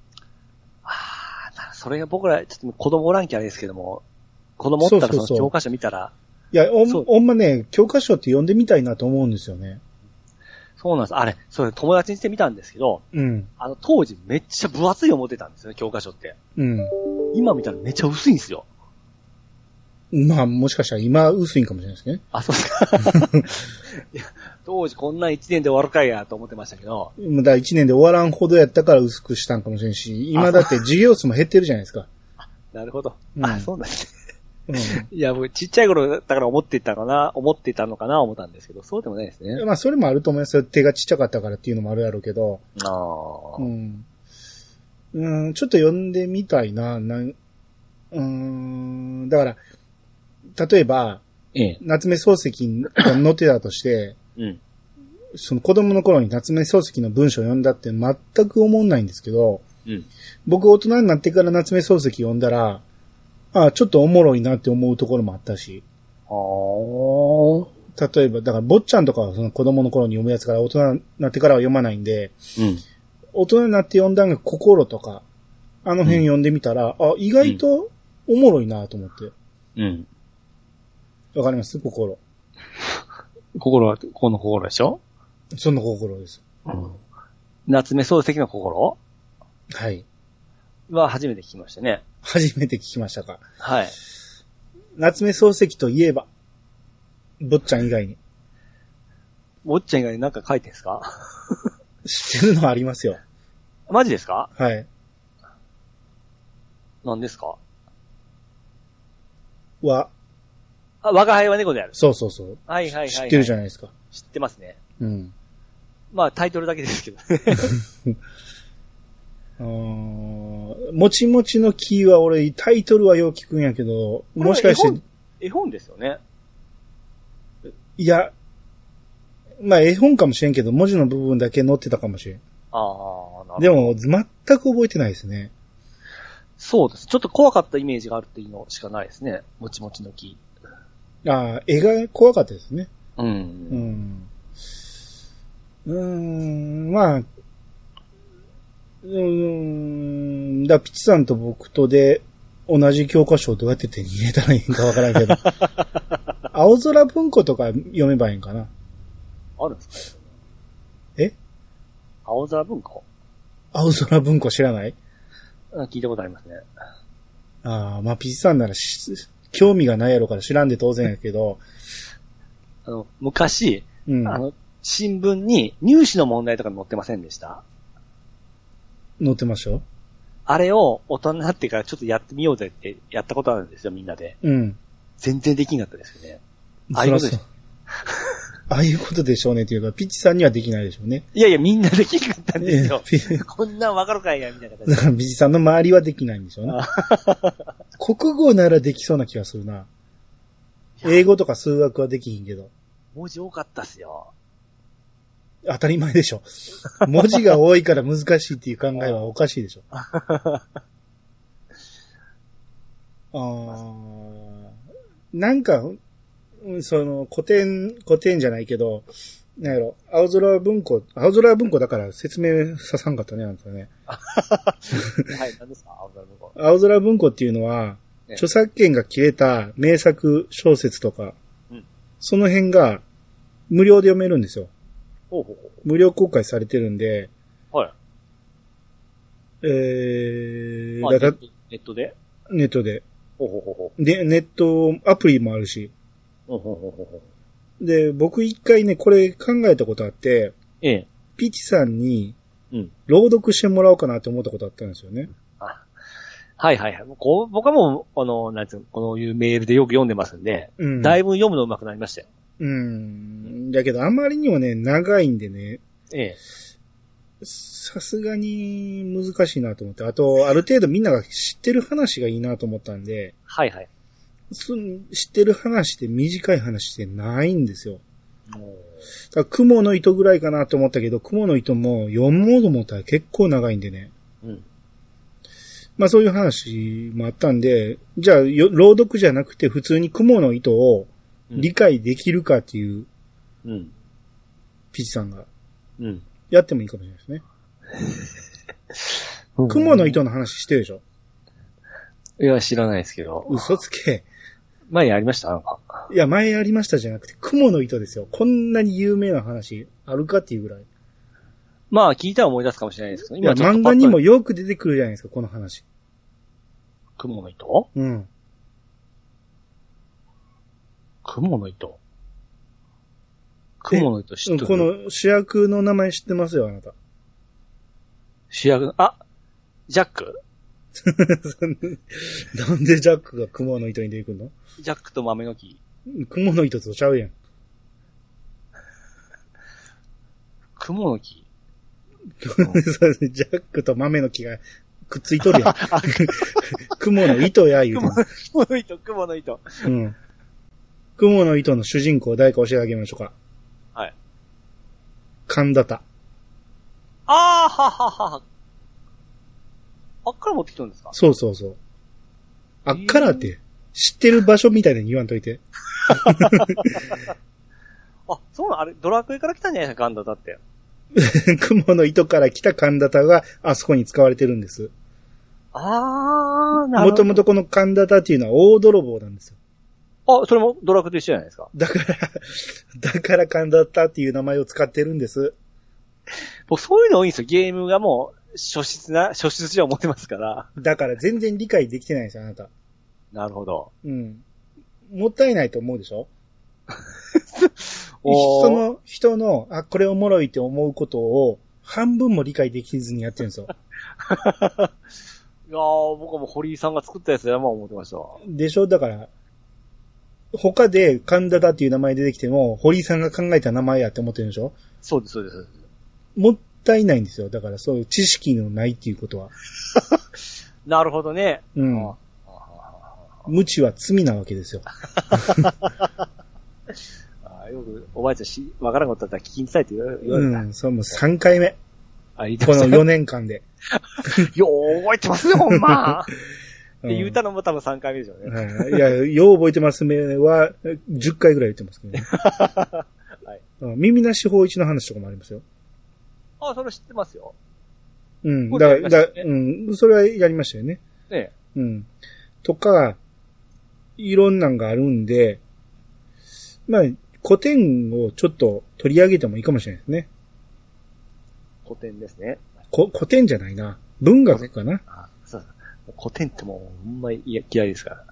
それが僕ら、ちょっと子供おらんきゃあれですけども、子供おったらその教科書見たら。 いや、ほん、ほんまね、教科書って読んでみたいなと思うんですよね。 そうなんです。あれ、それ友達にしてみたんですけど、 うん。 あの、当時めっちゃ分厚い思ってたんですよね、教科書って。 うん。 今見たらめっちゃ薄いんですよ。 まあ、もしかしたら今薄いんかもしれないですね。 あ、そうですか。いや、当時こんないちねんで終わるかいやと思ってましたけど。 だからいちねんで終わらんほどやったから薄くしたんかもしれんし、今だって授業数も減ってるじゃないですか。 なるほど。 うん、 あ、そうなんですね。うん、いや、僕ちっちゃい頃だったから思っていたかな、思っていたのかな思ったんですけど、そうでもないですね。 まあ、それもあると思いますよ。手がちっちゃかったからっていうのもあるやろうけど。 ああ。 うん。うん、ちょっと読んでみたいな。なん、うーん、だから、例えば、ええ、夏目漱石が載ってたとして、うん、その子供の頃に夏目漱石の文章を読んだって全く思んないんですけど、うん、僕大人になってから夏目漱石読んだら、ああ、ちょっとおもろいなって思うところもあったし。 ああ。 例えば、だから坊ちゃんとかはその子供の頃に読むやつから大人になってからは読まないんで、うん、大人になって読んだのが心とか、あの辺読んでみたら、うん、あ、意外とおもろいなと思って。うん。わかります心。 心は、この心でしょ？ その心です。 うん。夏目漱石の心？ はい。 は初めて聞きましたね。 初めて聞きましたか。 はい。 夏目漱石といえば、坊ちゃん以外に。 坊ちゃん以外に何か書いてんすか？ 知ってるのはありますよ。 マジですか？ はい。 何ですか？ は、 あ、我が輩は猫である。 そうそうそう。 はいはいはい、はい。 知ってるじゃないですか。 知ってますね。 うん。 まあタイトルだけですけどね。 あーもちもちの木は俺タイトルはよう聞くんやけど、もしかして。 絵本ですよね。 いや、まあ絵本かもしれんけど、文字の部分だけ載ってたかもしれん。 ああ、なるほど。 でも、全く覚えてないですね。 そうです。ちょっと怖かったイメージがあるっていうのしかないですね。もちもちの木。 ああ、絵が怖かったですね。 うん。 うん。うーん、まあ、うーん、だピッチさんと僕とで同じ教科書をどうやって手に入れたらいいんかわからんけど。青空文庫とか読めばいいんかな。 あるんですか？ え？ 青空文庫？ 青空文庫知らない？ 聞いたことありますね。 ああ、まあ、ピッチさんなら興味がないやろから知らんで当然やけど。 あの、昔、うん、あの、新聞に入試の問題とか載ってませんでした？ 載ってましたよ。 あれを大人になってからちょっとやってみようぜってやったことあるんですよ、みんなで。 うん。 全然できなかったですよね。ああいうことです。 ああいうことでしょうねっていうか、ピッチさんにはできないでしょうね。 いやいや、みんなできなかったんですよ。こんなんわかるかいや、みたいな形で。 だから、ピッチさんの周りはできないんでしょうね。国語ならできそうな気がするな。英語とか数学はできひんけど。 文字多かったっすよ。 当たり前でしょ。文字が多いから難しいっていう考えはおかしいでしょ。あーなんか、その、古典、古典じゃないけど、なんやろ、青空文庫、青空文庫だから説明ささんかったね、あんたね。 はい、何ですか、青空文庫。 青空文庫っていうのは、ね、著作権が切れた名作小説とか、うん、その辺が無料で読めるんですよ。 ほうほうほう無料公開されてるんで、 はい。 えー、 あ、だネットでネットで。 ほうほうほうほう。 で、ネット、アプリもあるし。 ほうほうほうほう。で、僕一回ね、これ考えたことあって、 ええ。 ピチさんに、朗読してもらおうかなって思ったことあったんですよね。 うん、あはいはいはい。こう僕はもう、あの、なんつうの、このいうメールでよく読んでますんで、うん、だいぶ読むの上手くなりましたよ。 うん。だけど、あまりにもね、長いんでね。 ええ。 さすがに難しいなと思って。あと、ある程度みんなが知ってる話がいいなと思ったんで。 はいはい。 知ってる話って短い話ってないんですよ。だから雲の糸ぐらいかなと思ったけど、雲の糸も読もうと思ったら結構長いんでね。うん。まあそういう話もあったんで、じゃあ朗読じゃなくて普通に雲の糸を理解できるかっていう、うん。ピチさんが。うん。やってもいいかもしれないですね。雲の糸の話してるでしょ？ いや、知らないですけど。 嘘つけ。 前ありましたなんか。 いや、前ありましたじゃなくて、雲の糸ですよ。こんなに有名な話あるかっていうぐらい。 まあ、聞いたら思い出すかもしれないですけど、 今いや、漫画にもよく出てくるじゃないですか、この話。 雲の糸？ うん。 雲の糸？雲の糸知ってる？ この主役の名前知ってますよ、あなた。 主役、あ、ジャック？ なんでジャックが雲の糸に出てくるの？ ジャックと豆の木。 雲の糸とちゃうやん。 雲の木。 ジャックと豆の木がくっついとるやん。雲の糸や言うてん。 雲の糸、雲の糸。 うん。雲の糸の主人公誰か教えてあげましょうか。 はい。 神田田。 あーはははは。あっから持ってきたんですか？ そうそうそう。あっからって、知ってる場所みたいに言わんといて。 あ、そうなの？あれ、ドラクエから来たんじゃないですか、神田田って。 雲の糸から来た神田田があそこに使われてるんです。 あー、なるほど。 もともとこの神田田っていうのは大泥棒なんですよ。 あ、それもドラクエと一緒じゃないですか。 だから、だから神田田っていう名前を使ってるんです。 僕そういうの多いんですよ。ゲームがもう、初出な、初出じゃ思ってますから。 だから全然理解できてないんですよ、あなた。 なるほど。 うん。もったいないと思うでしょその人の、あ、これおもろいって思うことを半分も理解できずにやってるんですよ。 いやー、僕はもう堀井さんが作ったやつだと思ってました。 でしょ？だから、他で神田だっていう名前出てきても、堀井さんが考えた名前やって思ってるでしょ？ そうです、そうです。 もったいないんですよ。だからそういう知識のないっていうことは。 なるほどね。 うん。無知は罪なわけですよ。 あ、よく、おばあちゃんし、わからんことだったら聞きに伝えて言われる。 うん、そうもうさんかいめ。 あ、言このよねんかんで。 よー覚えてますね、ほんま。って言うたのも多分さんかいめでしょうね。 はい、いや、よう覚えてますねは、じゅっかいぐらい言ってますけどね。はい、耳なし法一の話とかもありますよ。 あ、それ知ってますよ。 うん。だ、ね、だ、うん。それはやりましたよね。 ねうん。とか、いろんなんがあるんで、まあ、古典をちょっと取り上げてもいいかもしれないですね。 古典ですね。 こ古典じゃないな。文学かな。 あ、そう古典ってもう、ほんまに嫌いですから。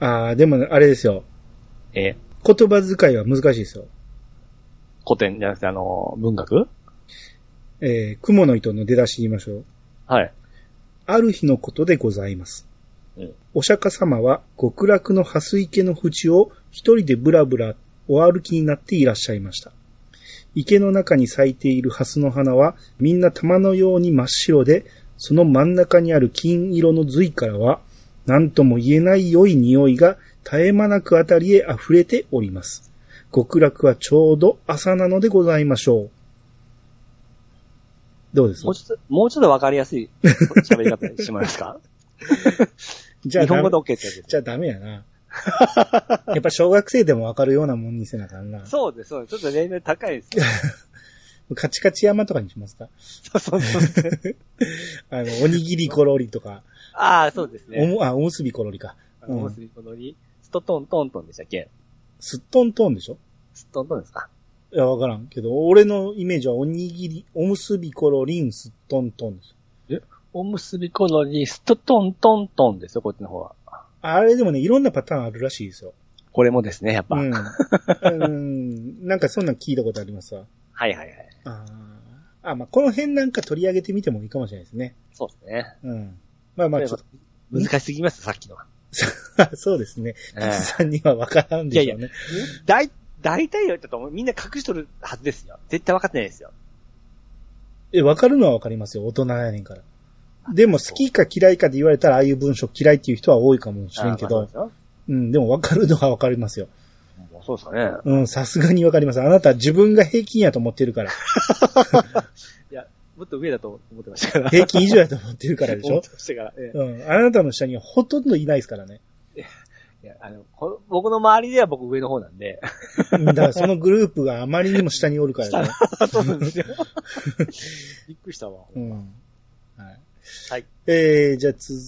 ああ、でもあれですよ。 え言葉遣いは難しいですよ。 古典じゃなくてあの、文学？ えー、雲の糸の出だし言いましょう。 はい。 ある日のことでございます。うん、お釈迦様は極楽の蓮池の淵を一人でブラブラお歩きになっていらっしゃいました。池の中に咲いている蓮の花はみんな玉のように真っ白で、その真ん中にある金色の髄からは何とも言えない良い匂いが絶え間なくあたりへ溢れております。極楽はちょうど朝なのでございましょう。どうですか？ もうちょっと、もうちょっとわかりやすい喋り方にしてもらえますか？じゃあ日本語で OK ってやつ。 じゃあダメやな。やっぱ小学生でもわかるようなもんにせなあかんな。 そうです、そうです。ちょっと年齢高いです。 カチカチ山とかにしますか？ そうそうそう。 あの、おにぎりコロリとか。 ああ、そうですね。 おも、あ、おむすびコロリか。 おむすびコロリ。ストトントントンでしたっけ？ スットントンでしょ？ スットントンですか？ いや、わからんけど、俺のイメージはおにぎり、おむすびコロリン、スットントンです。 え？おむすびコロリン、ストトントントンですよ、こっちの方は。 あれでもね、いろんなパターンあるらしいですよ。 これもですね、やっぱ。うん。 うん、なんかそんなん聞いたことありますわ。 はいはいはい。 ああ、まあ、この辺なんか取り上げてみてもいいかもしれないですね。 そうですね。 うん。まあまあ、ちょっと。 難しすぎます、さっきのは。 そうですね。キキさんには分からんでしょうね。いやいや、 だい、大体よ、ちょっとみんな隠しとるはずですよ。絶対分かってないですよ。 え、分かるのは分かりますよ。大人やねんから。でも好きか嫌いかで言われたらああいう文章嫌いっていう人は多いかもしれんけど。うん、でも分かるのは分かりますよ。 そうですかね。 うん、さすがに分かります。あなた自分が平均やと思ってるから。 いや、もっと上だと思ってましたから。 平均以上やと思ってるからでしょ。思ってましたから、ええ。 うん。あなたの下にはほとんどいないですからね。 いや、いやあの、僕の周りでは僕上の方なんで。 だからそのグループがあまりにも下におるからね。 そうなんですよ。びっくりしたわ。 うん。はい。 はい。 えー、じゃあ続い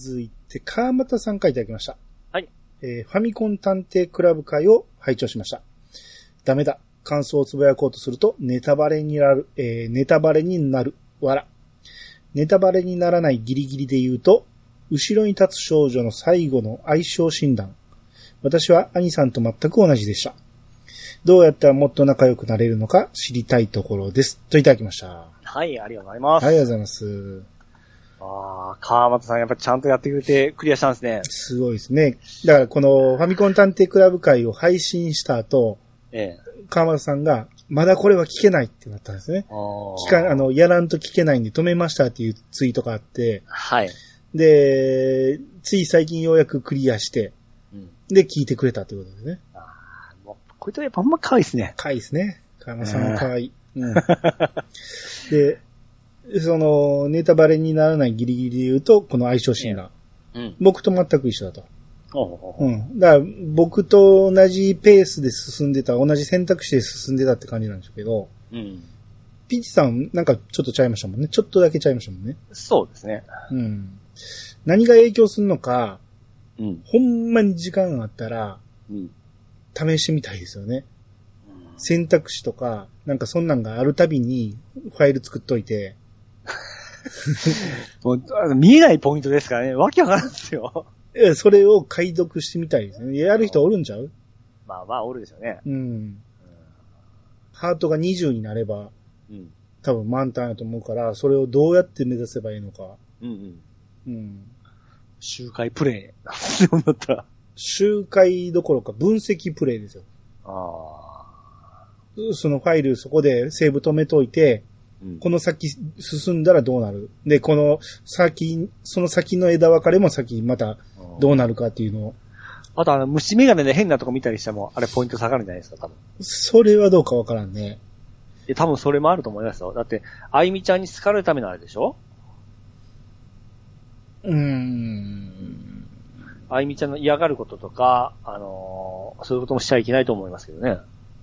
で、川又さんからいただきました。 はい。 えー、ファミコン探偵クラブ会を拝聴しました。ダメだ。感想をつぶやこうとすると、ネタバレになる、えー、ネタバレになる。わら。ネタバレにならないギリギリで言うと、後ろに立つ少女の最後の相性診断。私は兄さんと全く同じでした。どうやったらもっと仲良くなれるのか知りたいところです。といただきました。 はい、ありがとうございます。 はい、ありがとうございます。 ああ、川又さんやっぱりちゃんとやってくれてクリアしたんですね。 すごいですね。だからこのファミコン探偵クラブ会を配信した後、ええ、川又さんが、まだこれは聞けないってなったんですね。聞か、あの、やらんと聞けないんで止めましたっていうツイートがあって、はい。で、つい最近ようやくクリアして、うん、で、聞いてくれたということですね。ああ、 もう、これとやっぱあんま可愛いですね。 可愛いですね。川又さんは可愛い。うん、で、その、ネタバレにならないギリギリで言うと、この相性診断。うん、僕と全く一緒だと。うん。だから、僕と同じペースで進んでた、同じ選択肢で進んでたって感じなんですけど、うん。ピッチさん、なんかちょっとちゃいましたもんね。ちょっとだけちゃいましたもんね。 そうですね。 うん。何が影響するのか、うん。ほんまに時間があったら、うん。試してみたいですよね。うん、選択肢とか、なんかそんなんがあるたびに、ファイル作っといて、 もう見えないポイントですからね。わけわからんですよ。 それを解読してみたいですね。やる人おるんちゃう？ まあまあ、おるでしょうね。うん。うん、 ハートがにじゅうになれば、うん、多分満タンやと思うから、それをどうやって目指せばいいのか。うんうん。 うん。周回プレイなんですよ、だったら。 周回どころか分析プレイですよ。ああ。そのファイルそこでセーブ止めといて、うん、この先進んだらどうなる？で、この先、その先の枝分かれも先またどうなるかっていうのを。 あとあの、虫眼鏡で変なとこ見たりしても、あれポイント下がるんじゃないですか、多分。 それはどうかわからんね。 いや、多分それもあると思いますよ。だって、あゆみちゃんに好かれるためのあれでしょ？うーん。あゆみちゃんの嫌がることとか、あのー、そういうこともしちゃいけないと思いますけどね。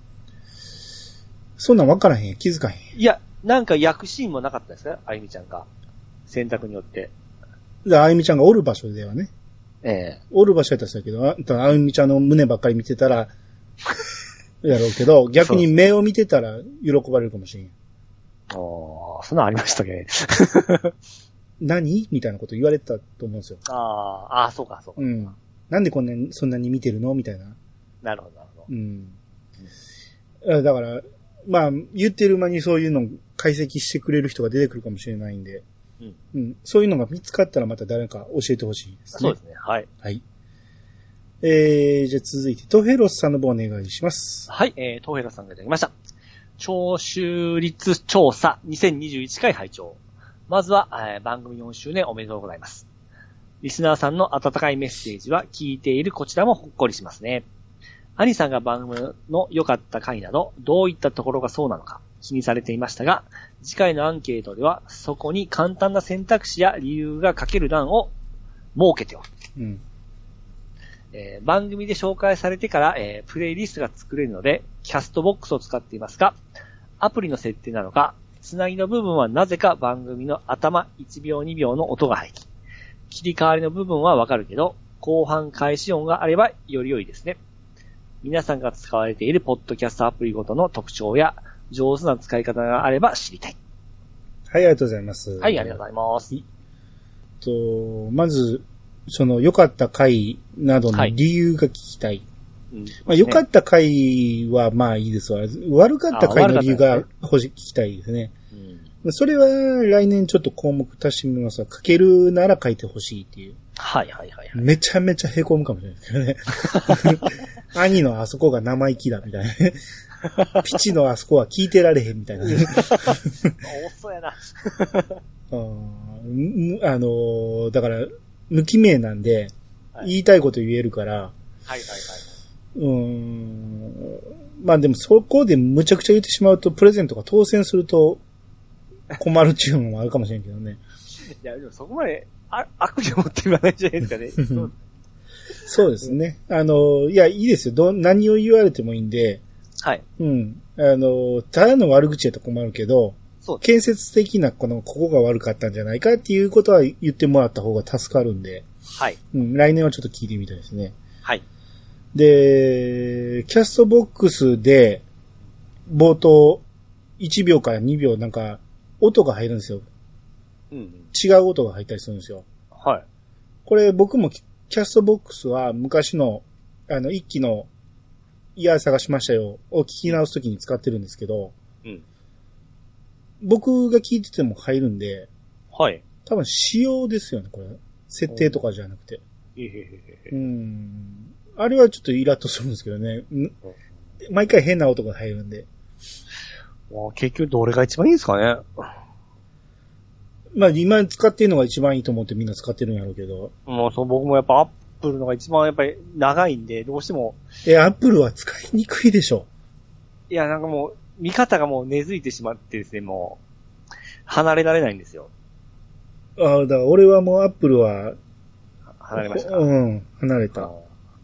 そんなんわからへん。気づかへん。いや、なんか焼くシーンもなかったですか？あゆみちゃんが。選択によって。 あゆみちゃんがおる場所ではね。ええ。おる場所やったらそうやけど、あゆみちゃんの胸ばっかり見てたら、やろうけど、逆に目を見てたら喜ばれるかもしれん。 ああ、そんなんありましたっけ？ 何みたいなこと言われたと思うんですよ。 ああ、ああ、そうか、そうか。 うん。なんでこんなに、そんなに見てるのみたいな。 なるほど、なるほど。うん。 うん、だから、まあ、言ってる間にそういうのを解析してくれる人が出てくるかもしれないんで、うん。うん。そういうのが見つかったらまた誰か教えてほしいですね。 そうですね。はい。 はい。えー、じゃあ続いて、トヘロスさんの方お願いします。 はい、えー、トヘロスさんがいただきました。聴取率調査にせんにじゅういちかい拝聴。まずは、えー、番組よんしゅうねんおめでとうございます。リスナーさんの温かいメッセージは聞いているこちらもほっこりしますね。アニさんが番組の良かった回など、どういったところがそうなのか気にされていましたが、次回のアンケートでは、そこに簡単な選択肢や理由が書ける欄を設けておる。うんえー、番組で紹介されてから、えー、プレイリストが作れるので、キャストボックスを使っていますが、アプリの設定なのか、つなぎの部分はなぜか番組の頭いちびょうにびょうの音が入り、切り替わりの部分はわかるけど、後半開始音があればより良いですね。皆さんが使われているポッドキャストアプリごとの特徴や上手な使い方があれば知りたい。 はい、ありがとうございます。 はい、ありがとうございます。 と、まず、その良かった回などの理由が聞きたい。はいうんまあ、良かった回はまあいいですわ。悪かった回の理由が欲し、聞きたいですね。うん、それは来年ちょっと項目足してみますわ。書けるなら書いてほしいっていう。 はいはいはい、はい。 めちゃめちゃ凹むかもしれないですけどね。兄のあそこが生意気だみたいな。ピチのあそこは聞いてられへんみたいな。 遅やな。あ, あのー、だから、無記名なんで、はい、言いたいこと言えるから、はいはいはい。うーん。まあでもそこでむちゃくちゃ言ってしまうと、プレゼントが当選すると困るっていうのもあるかもしれんけどね。 いや、でもそこまであ悪意を持って言わないじゃないですかね。そうそうですね。あの、いや、いいですよ。ど、何を言われてもいいんで。はい。うん。あの、ただの悪口やと困るけど、そう建設的なこの、ここが悪かったんじゃないかっていうことは言ってもらった方が助かるんで。 はい。 うん、来年はちょっと聞いてみたいですね。 はい。 で、キャストボックスで、冒頭、いちびょうからにびょうなんか、音が入るんですよ。うん、うん。違う音が入ったりするんですよ。 はい。 これ僕もキャストボックスは昔の、あの、一期の、いや、探しましたよを聞き直すときに使ってるんですけど、うん。僕が聞いてても入るんで、 はい。 多分仕様ですよね、これ。設定とかじゃなくて。 えへへへ。 うん。あれはちょっとイラッとするんですけどね。毎回変な音が入るんで。 結局どれが一番いいですかね。 まあ今使ってるのが一番いいと思ってみんな使ってるんやろうけど。 もうそう僕もやっぱアップルのが一番やっぱり長いんで、どうしても。 え、アップルは使いにくいでしょ。 いや、なんかもう、見方がもう根付いてしまってですね、もう、離れられないんですよ。 ああ、だから俺はもうアップルは、 離れましたか？ うん、離れた。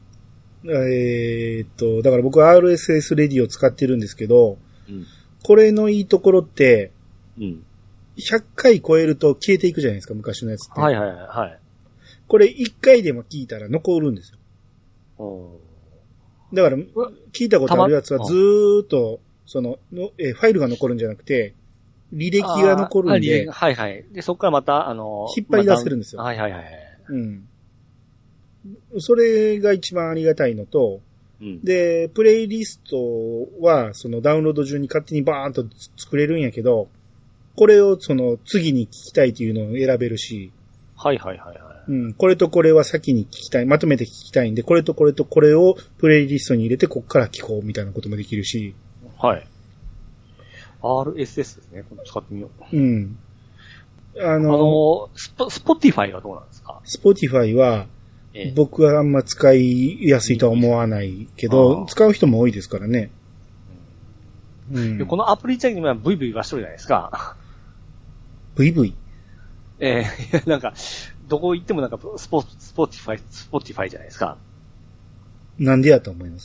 えー、っと、だから僕は アールエスエス レディを使ってるんですけど、うん、これのいいところって、うん、ひゃっかい超えると消えていくじゃないですか、昔のやつって。 はいはいはい。 これいっかいでも聞いたら残るんですよ。だから、聞いたことあるやつはずーっと、その、のえファイルが残るんじゃなくて、履歴が残るんで、 はいはい。で、そこからまた、あの、 引っ張り出せるんですよ。 はいはいはい。 うん。それが一番ありがたいのと、うん、で、プレイリストは、そのダウンロード順に勝手にバーンと作れるんやけど、これをその次に聞きたいというのを選べるし、 はいはいはいはい。 うん、これとこれは先に聞きたい、まとめて聞きたいんで、これとこれとこれをプレイリストに入れてこっから聞こうみたいなこともできるし。 はい。アールエスエス ですね。これ使ってみよう。 うん。あの、あのスポ、スポティファイはどうなんですか？ スポティファイは、ええ、僕はあんま使いやすいとは思わないけど、使う人も多いですからね。 うん、このアプリ自体には ブイブイ はしとるじゃないですか。 ブイブイ？ ええー、なんか、どこ行ってもなんかスポ、スポティファイ、スポティファイじゃないですか。 なんでやと思います？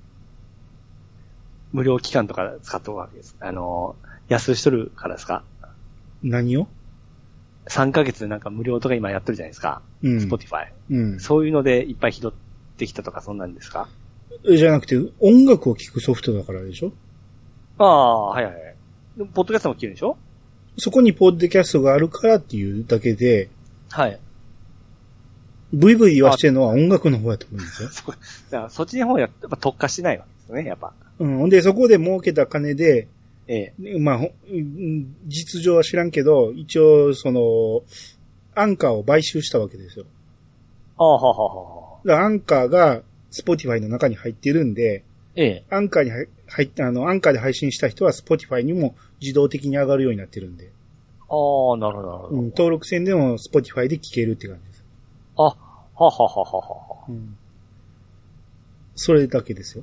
無料期間とか使っとるわけです。あの、安しとるからですか？ 何を？ さんかげつでなんか無料とか今やってるじゃないですか。うん。スポティファイ。 うん。 そういうのでいっぱい拾ってきたとかそんなんですか？ じゃなくて、音楽を聴くソフトだからでしょ？ ああ、はいはい。ポッドキャストも聞けるでしょ？ そこにポッドキャストがあるからっていうだけで、 はい。 ブイブイ 言わしてるのは音楽の方やと思うんですよ。 そ、だからそっちの方はやっぱ特化してないわけですよね、やっぱ。 うん。で、そこで儲けた金で、 ええ。 まあ、実情は知らんけど、一応、その、アンカーを買収したわけですよ。 ああ、はははは。アンカーが、スポティファイの中に入ってるんで、 ええ。 アンカーに入って、あの、アンカーで配信した人はスポティファイにも自動的に上がるようになってるんで。 ああ、なるほど、なるほど。 うん、登録線でもスポティファイで聞けるって感じです。 あ、はははははは。 うん。それだけですよ。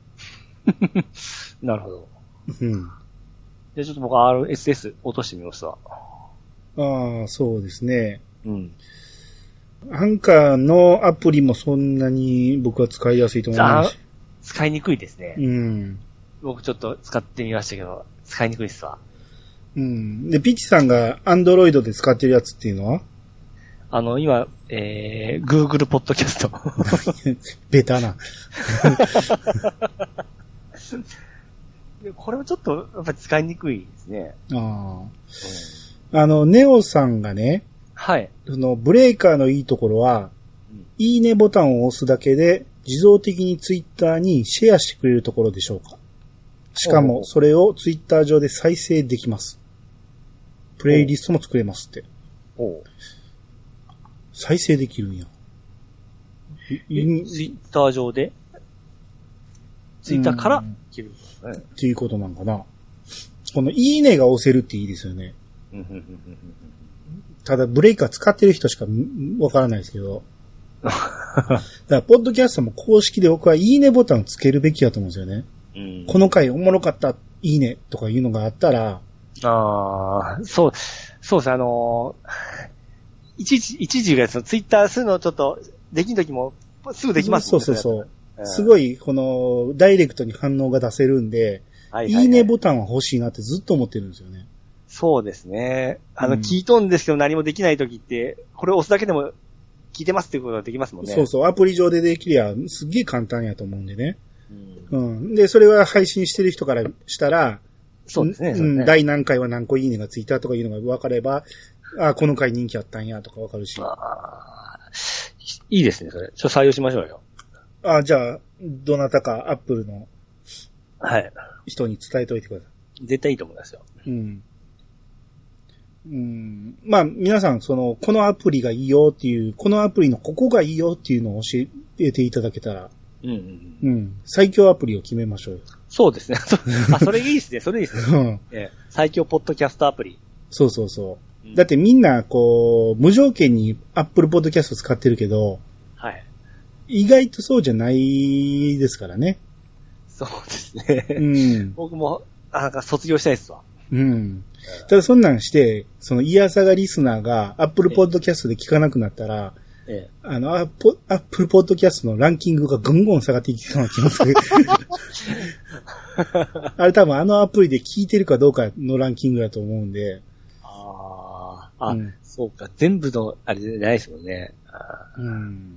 なるほど。 うん。 じゃあちょっと僕 アールエスエス 落としてみますわ。 ああ、そうですね。 うん。 アンカーのアプリもそんなに僕は使いやすいと思います。 使いにくいですね。 うん。 僕ちょっと使ってみましたけど、使いにくいっすわ。 うん。で、ピッチさんが Android で使ってるやつっていうのは？ あの、今、えー、Google Podcast。 ベタな。 これはちょっと、やっぱり使いにくいですね。 ああ、うん。あの、ネオさんがね、 はい。 その、ブレイカーのいいところは、うん、いいねボタンを押すだけで、自動的にツイッターにシェアしてくれるところでしょうか。しかも、それをツイッター上で再生できます。プレイリストも作れますって。 おう再生できるんや。 ツイッター上でツイッターから切るんですね。 っていうことなんかな。このいいねが押せるっていいですよね。ただブレイカー使ってる人しかわからないですけど。だから、ポッドキャストも公式で僕はいいねボタンをつけるべきだと思うんですよね。うん、この回おもろかった、いいねとかいうのがあったら。 ああ、そう、そうです、あのー、一時、一時がそのツイッターするのちょっとできんときもすぐできますもんね。 そうそうそう。うん、すごい、この、ダイレクトに反応が出せるんで、はいはいはい、いいねボタンは欲しいなってずっと思ってるんですよね。 そうですね。あの、うん、聞いとんですけど何もできないときって、これ押すだけでも聞聞いてますっていうことができますもんね。 そうそう、アプリ上でできりゃ、すっげえ簡単やと思うんでね。うん。うん、で、それは配信してる人からしたら、 そうですね。 うん、第何回は何個いいねがついたとかいうのが分かれば、あ、この回人気あったんやとか分かるし。 あいいですね、それ。ちょっと採用しましょうよ。 あ、じゃあ、どなたかアップルの、 はい。 人に伝えておいてください。絶対いいと思いますよ。 うん。うん。まあ、皆さん、その、このアプリがいいよっていう、このアプリのここがいいよっていうのを教えていただけたら、 うんうん、 うん。最強アプリを決めましょうよ。 そうですね。あ、それいいですね。それいいですね。うん、え最強ポッドキャストアプリ。 そうそうそう。うん、だってみんな、こう、無条件に Apple Podcast 使ってるけど、はい。意外とそうじゃないですからね。 そうですね。うん。僕も、なんか卒業したいですわ。 うん。ただそんなんして、そのイヤサガリスナーが Apple Podcast で聞かなくなったら、ええ、あの、アップ、アップルポッドキャストのランキングがぐんぐん下がっていきそうな気がする。あれ多分あのアプリで聞いてるかどうかのランキングだと思うんで。 ああ、あ、うん、そうか。全部の、あれじゃないですもんね。うん。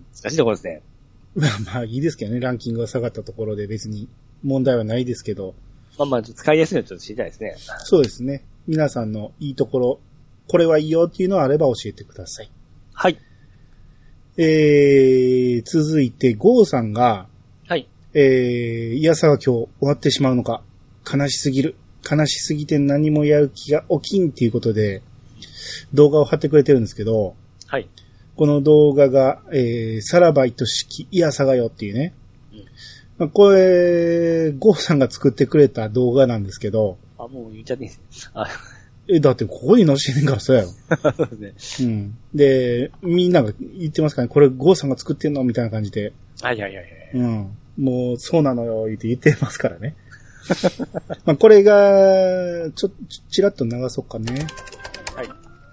難しいところですね。 まあまあいいですけどね。ランキングが下がったところで別に問題はないですけど。 まあまあ、使いやすいのちょっと知りたいですね。 そうですね。皆さんのいいところ、これはいいよっていうのがあれば教えてください。 はい。 えー、続いて、ゴーさんが、 はい。 えー、いやさが今日終わってしまうのか、悲しすぎる。悲しすぎて何もやる気が起きんっていうことで、動画を貼ってくれてるんですけど、 はい。 この動画が、えー、さらば愛しきいやさがよっていうね。うん、まあ、これ、ゴーさんが作ってくれた動画なんですけど、 あ、もう言っちゃっていいですね。 え、だってここに載せてんからそうやろ。 そうですね。うん。で、みんなが言ってますからね、これゴーさんが作ってんのみたいな感じで。 はいはいはい。 うん。もう、そうなのよ、言って言ってますからね。まあこれが、ちょ、ちらっと流そうかね。 はい。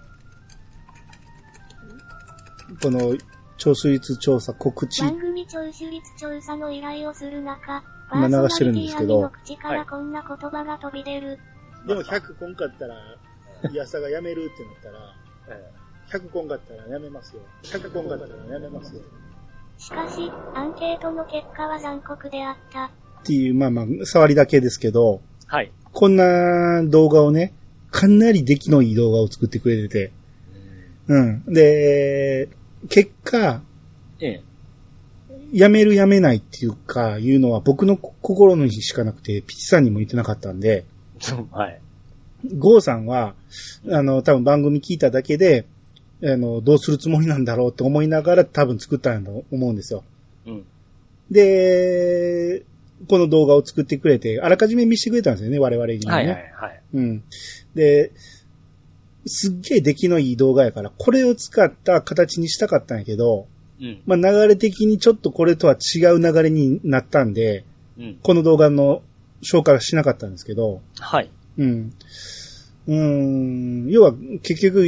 この、聴取率調査告知。 番組聴取率調査の依頼をする中、 今流してるんですけど。 の口からこんな言葉が飛び出る。 でもひゃくこんかったら、いやさがやめるってなったら、ひゃくこんかったらやめますよ。ひゃくこんかったらやめますよ。 しかし、アンケートの結果は残酷であった。 っていう、まあまあ、触りだけですけど、 はい。 こんな動画をね、かなり出来のいい動画を作ってくれてて、うん。で、結果、ええ。やめるやめないっていうか、いうのは僕の心の意思しかなくて、ピチさんにも言ってなかったんで、 はい。 ゴーさんは、あの、多分番組聞いただけで、あの、どうするつもりなんだろうって思いながら多分作ったんだと思うんですよ。うん。で、この動画を作ってくれて、あらかじめ見せてくれたんですよね、我々にね。 はいはいはい。 うん。で、すっげえ出来のいい動画やから、これを使った形にしたかったんやけど、うん、まあ流れ的にちょっとこれとは違う流れになったんで、うん、この動画の紹介はしなかったんですけど、 はい。 うん。うーん、要は結局、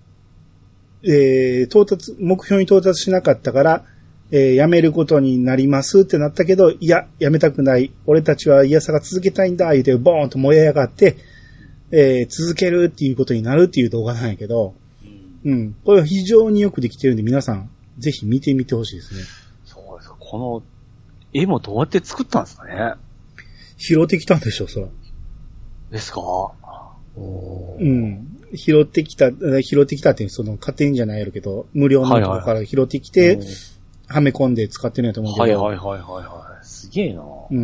えー、到達、目標に到達しなかったから、えー、辞めることになりますってなったけど、いや、辞めたくない。俺たちはイヤサが続けたいんだ、言うて、ボーンと燃え上がって、えー、続けるっていうことになるっていう動画なんやけど、うん。うん、これは非常によくできてるんで、皆さん、ぜひ見てみてほしいですね。 そうですか。この、絵もどうやって作ったんですかね。 拾ってきたんでしょ、そら。 ですか？ おうん。拾ってきた、拾ってきたって、その、勝手にじゃないやろけど、無料のところから拾ってきて、はいはい、はめ込んで使ってるんやと思うけど。 はいはいはいはいはい。すげえな。 うん。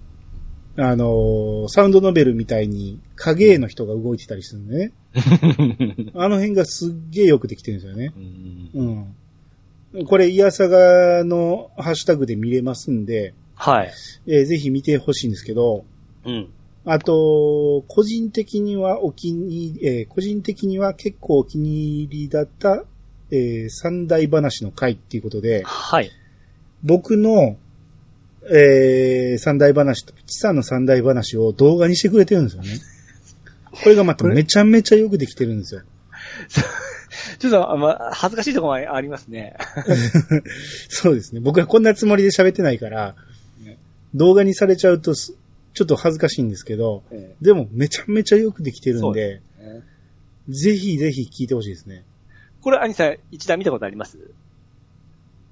あのー、サウンドノベルみたいに影の人が動いてたりするんでね。あの辺がすっげえよくできてるんですよね。うん。うん、これ、イヤサガのハッシュタグで見れますんで、 はい。 えー、ぜひ見てほしいんですけど、うん。あと、個人的にはお気に入り、えー、個人的には結構お気に入りだった、えー、三大話の回っていうことで、 はい。 僕の、えー、三大話と、ピチさんの三大話を動画にしてくれてるんですよね。これがまためちゃめちゃよくできてるんですよ。 ちょっと、まあ、恥ずかしいところもありますね。 そうですね。僕はこんなつもりで喋ってないから、ね、動画にされちゃうと、ちょっと恥ずかしいんですけど、ええ、でもめちゃめちゃよくできてるんで、でね、ぜひぜひ聞いてほしいですね。 これ、兄さん、一段見たことあります？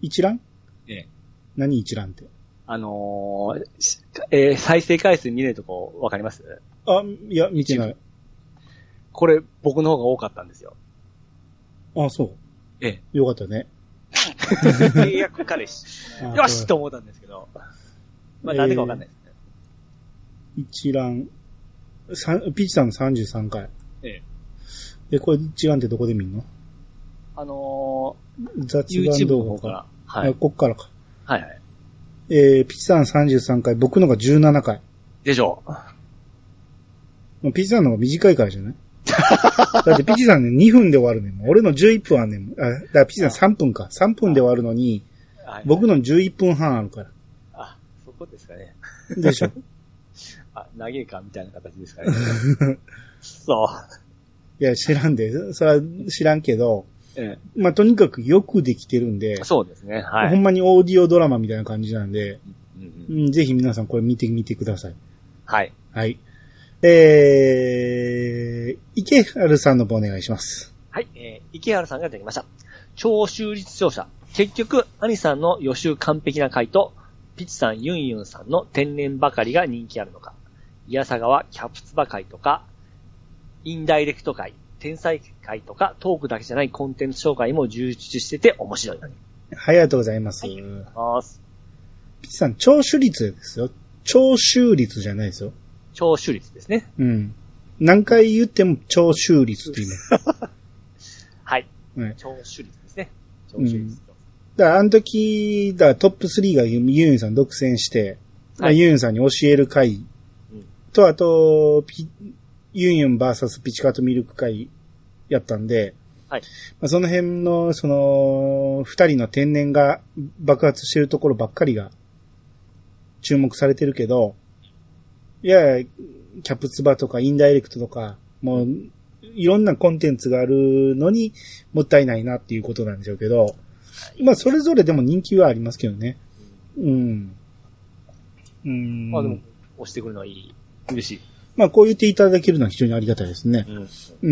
一覧？ ええ。 何一覧って。 あのー、えー、再生回数見れるとこわかります？ あ、いや、見てない。 これ、僕の方が多かったんですよ。 あ、そう。 ええ。 よかったね。 契約彼氏。よしと思ったんですけど。まあ、なんでかわかんないですね。 えー、一覧、ピッチさんのさんじゅうさんかい。 ええ。 で、これ一覧ってどこで見んの？ あのー、 雑談動画から。 はい。 こっからか。 はいはい。 えー、ピッチさんさんじゅうさんかい、僕のがじゅうななかい。 でしょう。ピッチさんの方が短いからじゃない？だってピッチさんね、にふんで終わるねん。俺のじゅういっぷんあんねん。あ、だからピッチさんさんぷんか。さんぷんで終わるのに、はい、僕のじゅういっぷんはんあるから。 あ、そこですかね。 でしょ。 あ、投げかみたいな形ですかね。そう。 いや、知らんで。それは知らんけど、ええ、まあ、とにかくよくできてるんで。 そうですね。はい。 ほんまにオーディオドラマみたいな感じなんで、うんうん、ぜひ皆さんこれ見てみてください。 はい。 はい。えー、池原さんの方お願いします。 はい、えー、池原さんが出てきました。聴取率調査。結局、アニさんの予習完璧な回と、ピチさん、ユンユンさんの天然ばかりが人気あるのか。イヤサガはキャプツバ回とか、インダイレクト回、天才回とか、トークだけじゃないコンテンツ紹介も充実してて面白いのに。 はい、ありがとうございます。はい、ありがとうございます。ピチさん、聴取率ですよ。聴取率じゃないですよ。 聴取率ですね。 うん。何回言っても聴取率って言います。 はい。はい、聴取率ですね。聴取率、うん。だから、あの時、だトップスリーがユンユンさん独占して、はい、ユンユンさんに教える回、うん、と、あと、ピユンユン ブイエス ピチカートミルク回やったんで、はい。まあ、その辺の、その、二人の天然が爆発してるところばっかりが注目されてるけど、いや、キャプツバとかインダイレクトとか、もう、いろんなコンテンツがあるのにもったいないなっていうことなんでしょうけど、まあ、それぞれでも人気はありますけどね。うん。うん。 まあでも、押してくるのはいい。嬉しい。 まあ、こう言っていただけるのは非常にありがたいですね。うん。うん。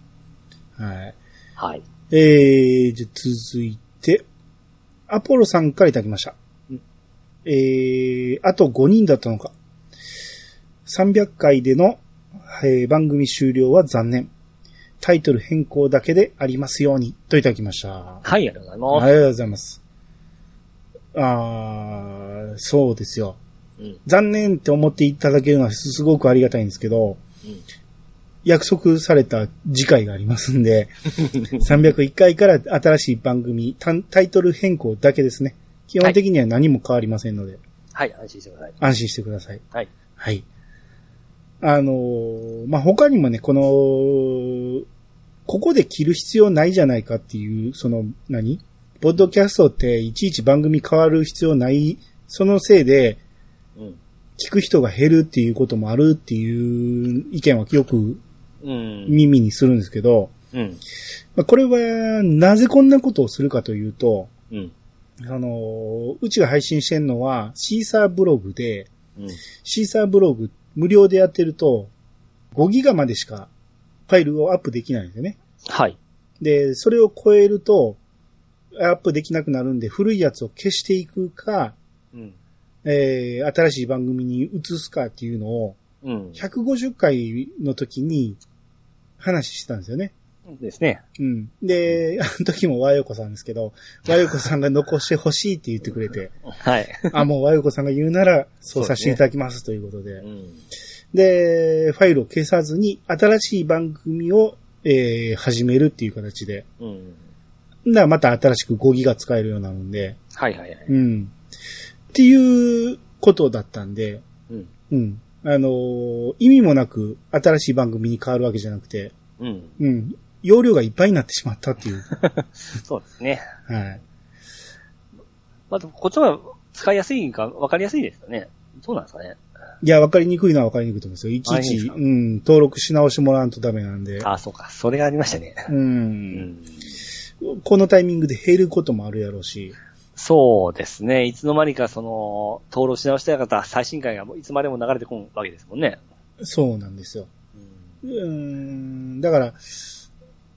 はい。 はい。 えー、じゃ続いて、アポロさんからいただきました。うん、えー、あとごにんだったのか。さんびゃっかいでの、えー、番組終了は残念。タイトル変更だけでありますように。といただきました。 はい、ありがとうございます。 ありがとうございます。あー、そうですよ。うん、残念って思っていただけるのはすごくありがたいんですけど、うん、約束された次回がありますんで、さんびゃくいっかいから新しい番組、タイトル変更だけですね。基本的には何も変わりませんので。 はい、はい、安心してください。 安心してください。 はい。 はい。あのー、まあ、他にもね、この、ここで切る必要ないじゃないかっていう、その、何？ポッドキャストっていちいち番組変わる必要ない、そのせいで、うん、聞く人が減るっていうこともあるっていう意見はよく耳にするんですけど、うん、まあ、これはなぜこんなことをするかというと、うん、あの、うちが配信してんのはシーサーブログで、うん、シーサーブログ無料でやってるとごギガまでしかファイルをアップできないんですよね。 はい。 で、それを超えるとアップできなくなるんで古いやつを消していくか、うんえー、新しい番組に移すかっていうのを、うん、ひゃくごじゅっかいの時に話してたんですよね。 ですね。 うん。で、あの時も和洋子さんですけど、和洋子さんが残してほしいって言ってくれて、 はい。 あ、もう和洋子さんが言うならそうさせていただきますということで、で、ねうん、で、ファイルを消さずに新しい番組を、えー、始めるっていう形で、うん。だからまた新しくごギガ使えるようになるんで、 はいはいはい。 うん。っていうことだったんで、うん。うん。あのー、意味もなく新しい番組に変わるわけじゃなくて、うん。うん。容量がいっぱいになってしまったっていう。 そうですね。 はい。 まあ、こっちは使いやすいか分かりやすいですよね。そうなんですかね。 いや、分かりにくいのは分かりにくいと思うんですよ。いちいち、うん、登録し直してもらわんとダメなんで。 ああ、そうか。それがありましたね。 うん。うん、このタイミングで減ることもあるやろうし。 そうですね。いつの間にかその、登録し直した方、最新回がいつまでも流れてこんわけですもんね。 そうなんですよ。うん、うーんだから、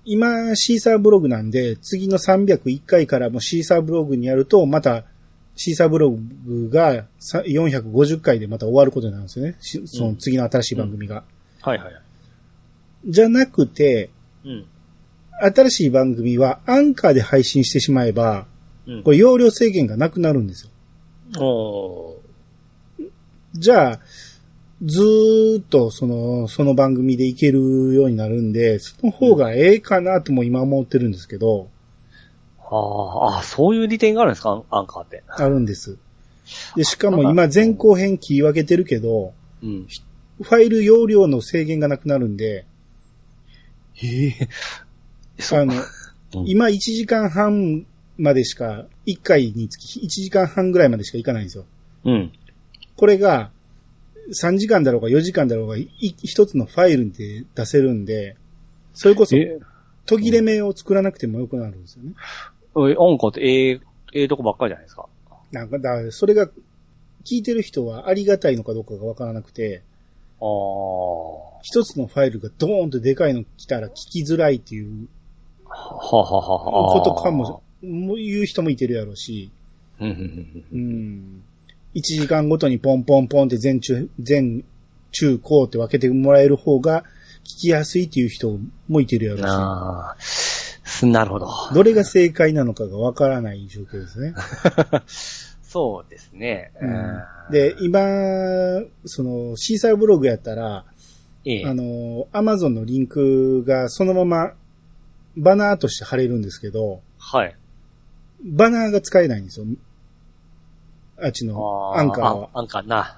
今、シーサーブログなんで、次のさんびゃくいっかいからもシーサーブログにやると、また、シーサーブログがよんひゃくごじゅっかいでまた終わることになるんですよね。その次の新しい番組が。 うん、はいはい。 じゃなくて、 うん、 新しい番組はアンカーで配信してしまえば、うん、これ容量制限がなくなるんですよ。 おーじゃあ、ずーっとその、その番組でいけるようになるんで、その方がええかなとも今思ってるんですけど、 ああ、そういう利点があるんですか、アンカーって。 あるんです。で、しかも今前後編切り分けてるけど、 うん、 ファイル容量の制限がなくなるんで、 へえ。 あの、うん、今いちじかんはんまでしか、いっかいにつきいちじかんはんぐらいまでしかいかないんですよ。 うん。 これがさんじかんだろうがよじかんだろうが一つのファイルで出せるんで、それこそ途切れ目を作らなくてもよくなるんですよね。 アンカーってええ、ええとこばっかりじゃないですか。 なんか、だそれが聞いてる人はありがたいのかどうかがわからなくて、 ああ。 一つのファイルがドーンとでかいの来たら聞きづらいっていう、 ははははことかも、もう言う人もいてるやろうし、 うん。 うん。いちじかんごとにポンポンポンって全中、全中高って分けてもらえる方が聞きやすいっていう人もいてるやろうし。 ああ、なるほど。 どれが正解なのかがわからない状況ですね。 そうですね。 うん、で、今、その、シーサーブログやったら、 ええ、 あの、アマゾンのリンクがそのままバナーとして貼れるんですけど、 はい。 バナーが使えないんですよ。あっちのアンカーは。 アンカーな。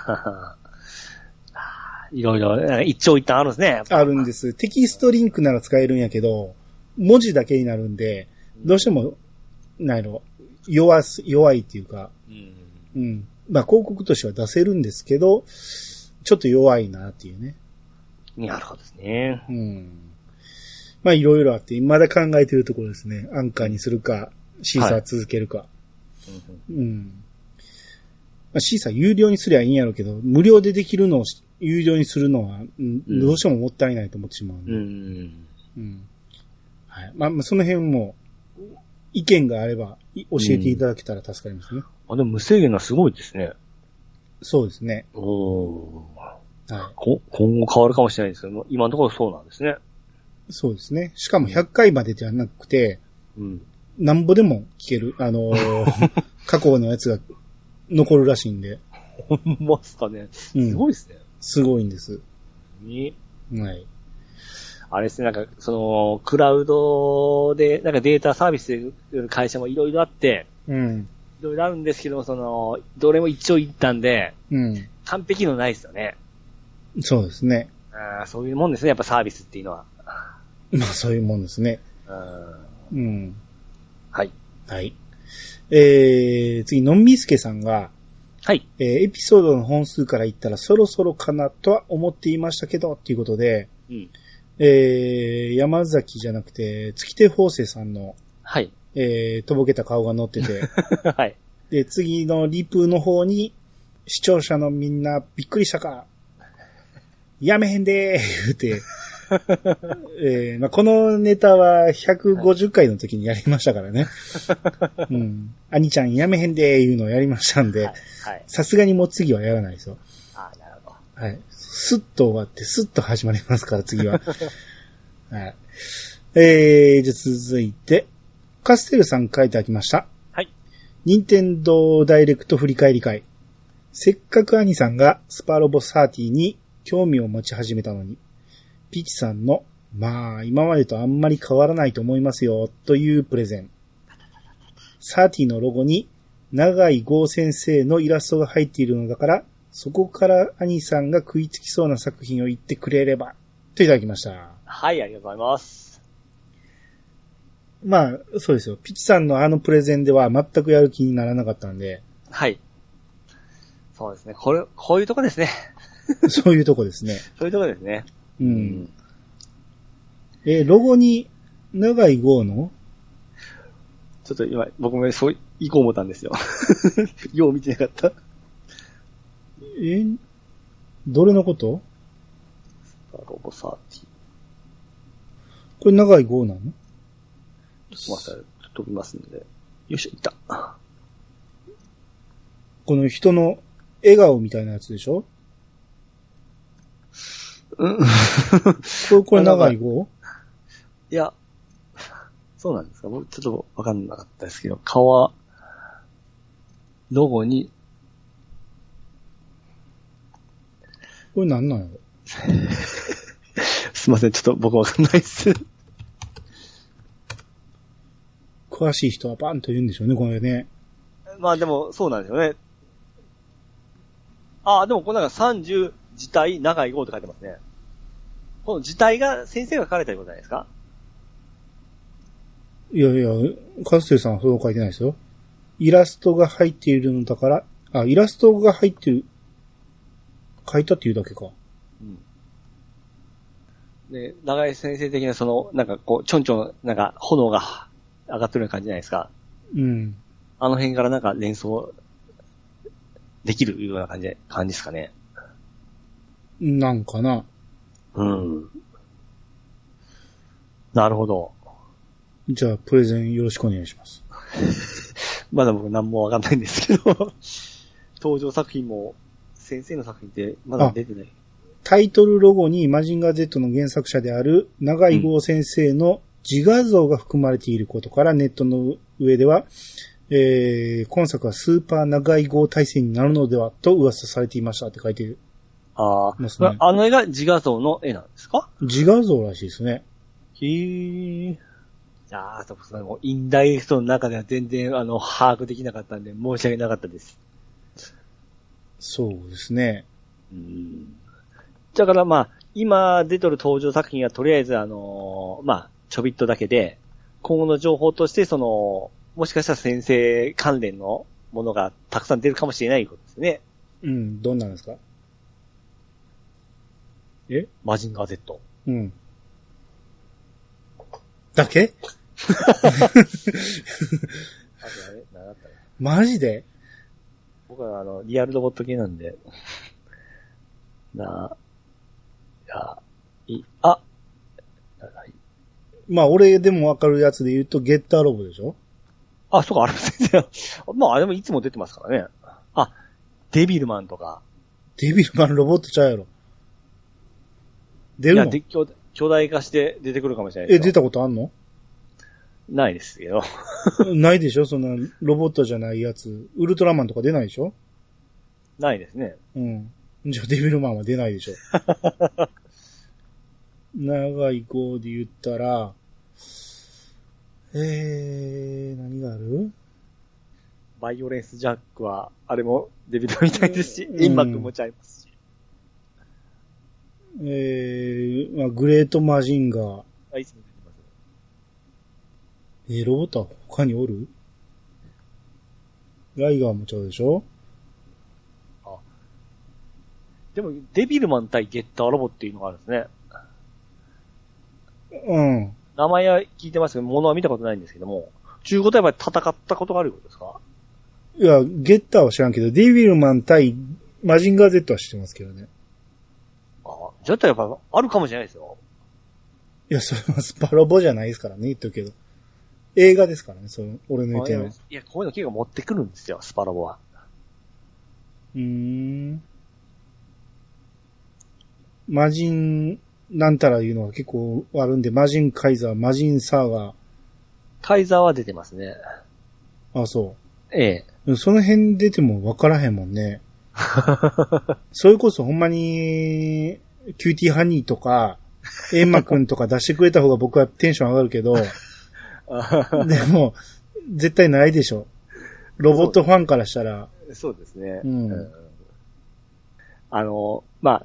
いろいろ、一長一短あるんですね。 あるんです。テキストリンクなら使えるんやけど、文字だけになるんで、どうしても、なんやろ、弱す、弱いっていうか、うん。うん。まあ広告としては出せるんですけど、ちょっと弱いなっていうね。 なるほどですね。 うん。まあいろいろあって、まだ考えてるところですね。アンカーにするか、シーサー続けるか。はい、うん。まあ、シーサー有料にすりゃいいんやろうけど、無料でできるのを有料にするのは、うん、どうしてももったいないと思ってしまうんで。 うん。 うん。はい。まあ、まあ、その辺も、意見があれば、教えていただけたら助かりますね。 うん、あ、でも無制限がすごいですね。 そうですね。 おー。 はい。 こ、今後変わるかもしれないですけど、今のところそうなんですね。 そうですね。しかもひゃっかいまでではなくて、 うん。 なんぼでも聞ける。あのー、過去のやつが残るらしいんで。 ほんまっすかね。すごいですね。うん、 すごいんです。 に。 はい。 あれですね、なんか、その、クラウドで、なんかデータサービスで会社もいろいろあって、 うん。 いろいろあるんですけど、その、どれも一長一短で、 うん。 完璧のないですよね。 そうですね。 あ、そういうもんですね、やっぱサービスっていうのは。 まあ、そういうもんですね。 うん。 うん。 はい。 はい。えー、次、のんみすけさんが、 はい。 えー、エピソードの本数から言ったらそろそろかなとは思っていましたけど、っていうことで、 うん。 えー、山崎じゃなくて、月手法生さんの、 はい。 えー、とぼけた顔が載ってて、 はい。 で、次のリプの方に、視聴者のみんなびっくりしたかやめへんでー言うて、えーまあ、このネタはひゃくごじゅっかいの時にやりましたからね。うん。兄ちゃんやめへんでーいうのをやりましたんで、さすがにもう次はやらないですよ。 あ、なるほど。はい。スッと終わって、スッと始まりますから、次は。はい。えー、じゃ続いて、カステルさん書いてあきました。 はい。 任天堂ダイレクト振り返り会。せっかく兄さんがスパロボサーティに興味を持ち始めたのに、ピチさんの、まあ、今までとあんまり変わらないと思いますよ、というプレゼン。サーティのロゴに、長井剛先生のイラストが入っているのだから、そこから兄さんが食いつきそうな作品を言ってくれれば、といただきました。 はい、ありがとうございます。 まあ、そうですよ。ピチさんのあのプレゼンでは全くやる気にならなかったんで。 はい。そうですね。これ、こういうとこですね。 そういうとこですね。 そういうとこですね。 うん。えー、ロゴに、長井剛のちょっと今、僕もそう、行こう思ったんですよ。よう見てなかった。 えー、どれのことスパロボサーティ。 これ長い号なの？ すいません。飛びますんで。よいしょ、いった。 この人の笑顔みたいなやつでしょ？ うん。 これ、これ長い号？ いや、そうなんですか。僕ちょっとわかんなかったですけど、顔は、ロゴに、 これなんなんやろ？ すいません、ちょっと僕わかんないです。 詳しい人はバンと言うんでしょうね、これね。 まあでも、そうなんですよね。ああ、でもこのなんかさんじゅう字体長い号って書いてますね。この字体が先生が書かれたことじゃないですか？ いやいや、カステルさんはそう書いてないですよ。イラストが入っているのだから、あ、イラストが入ってる、書いたっていうだけか。 うん。で、長井先生的なその、なんかこう、ちょんちょん、なんか炎が上がってるような感じじゃないですか。 うん。 あの辺からなんか連想できるような感じ、感じですかね。 なんかな。 うん。なるほど。 じゃあ、プレゼンよろしくお願いします。 まだ僕何もわかんないんですけど、登場作品も、先生の作品ってまだ出てない。 タイトルロゴにマジンガー Z の原作者である長井剛先生の自画像が含まれていることから、うん、ネットの上では、えー、今作はスーパー長井剛体制になるのではと噂されていましたって書いてる。 ああ、ね、あの絵が自画像の絵なんですか？ 自画像らしいですね。 へー。いやー、そこもインダイレクトの中では全然あの把握できなかったんで申し訳なかったです。 そうですね。 うん。だからまあ今出とる登場作品はとりあえずあのー、まあちょびっとだけで今後の情報としてそのもしかしたら先生関連のものがたくさん出るかもしれないことですね。 うん、どんなんですか？え？ マジンガー Z。 うん。だけ？マジで？ 僕はあの、リアルロボット系なんで。な、いや、い、あ、 まあ俺でもわかるやつで言うとゲッターロボでしょ？ あ、そうか、あれも全然。まああれもいつも出てますからね。あ、デビルマンとか。 デビルマンロボットちゃうやろ。出るの？いや、 で、巨大化して出てくるかもしれないですよ。 え、出たことあんの？ ないですけど。 ないでしょ？そんなロボットじゃないやつ。ウルトラマンとか出ないでしょ？ ないですね。 うん。じゃあデビルマンは出ないでしょ。長い号で言ったら、えー、何がある？ バイオレンスジャックは、あれもデビルみたいですし、インマックもちゃいますし。 えー、まあ、グレートマジンガー。 あ、いつも出てます。 えー、ロボットは他におる？ライガーもちゃうでしょ？ あ。でも、デビルマン対ゲッターロボっていうのがあるんですね。 うん。 名前は聞いてますけど、物は見たことないんですけども、中古とやっぱり戦ったことがあることですか？ いや、ゲッターは知らんけど、デビルマン対マジンガー Z は知ってますけどね。 ああ、じゃったらやっぱあるかもしれないですよ。 いや、それはスパロボじゃないですからね、言っとくけど。映画ですからね、その、俺の言ってんのは。 いや、こういうの結構持ってくるんですよ、スパロボは。 うーん。マジン、なんたらいうのが結構あるんで、マジンカイザー、マジンサーガー。 カイザーは出てますね。 あ、そう。 ええ。その辺出ても分からへんもんね。それこそほんまに、キューティーハニーとか、エンマくんとか出してくれた方が僕はテンション上がるけど、でも、絶対ないでしょ。ロボットファンからしたら。 そうですね。 うん。うん、 あの、まあ、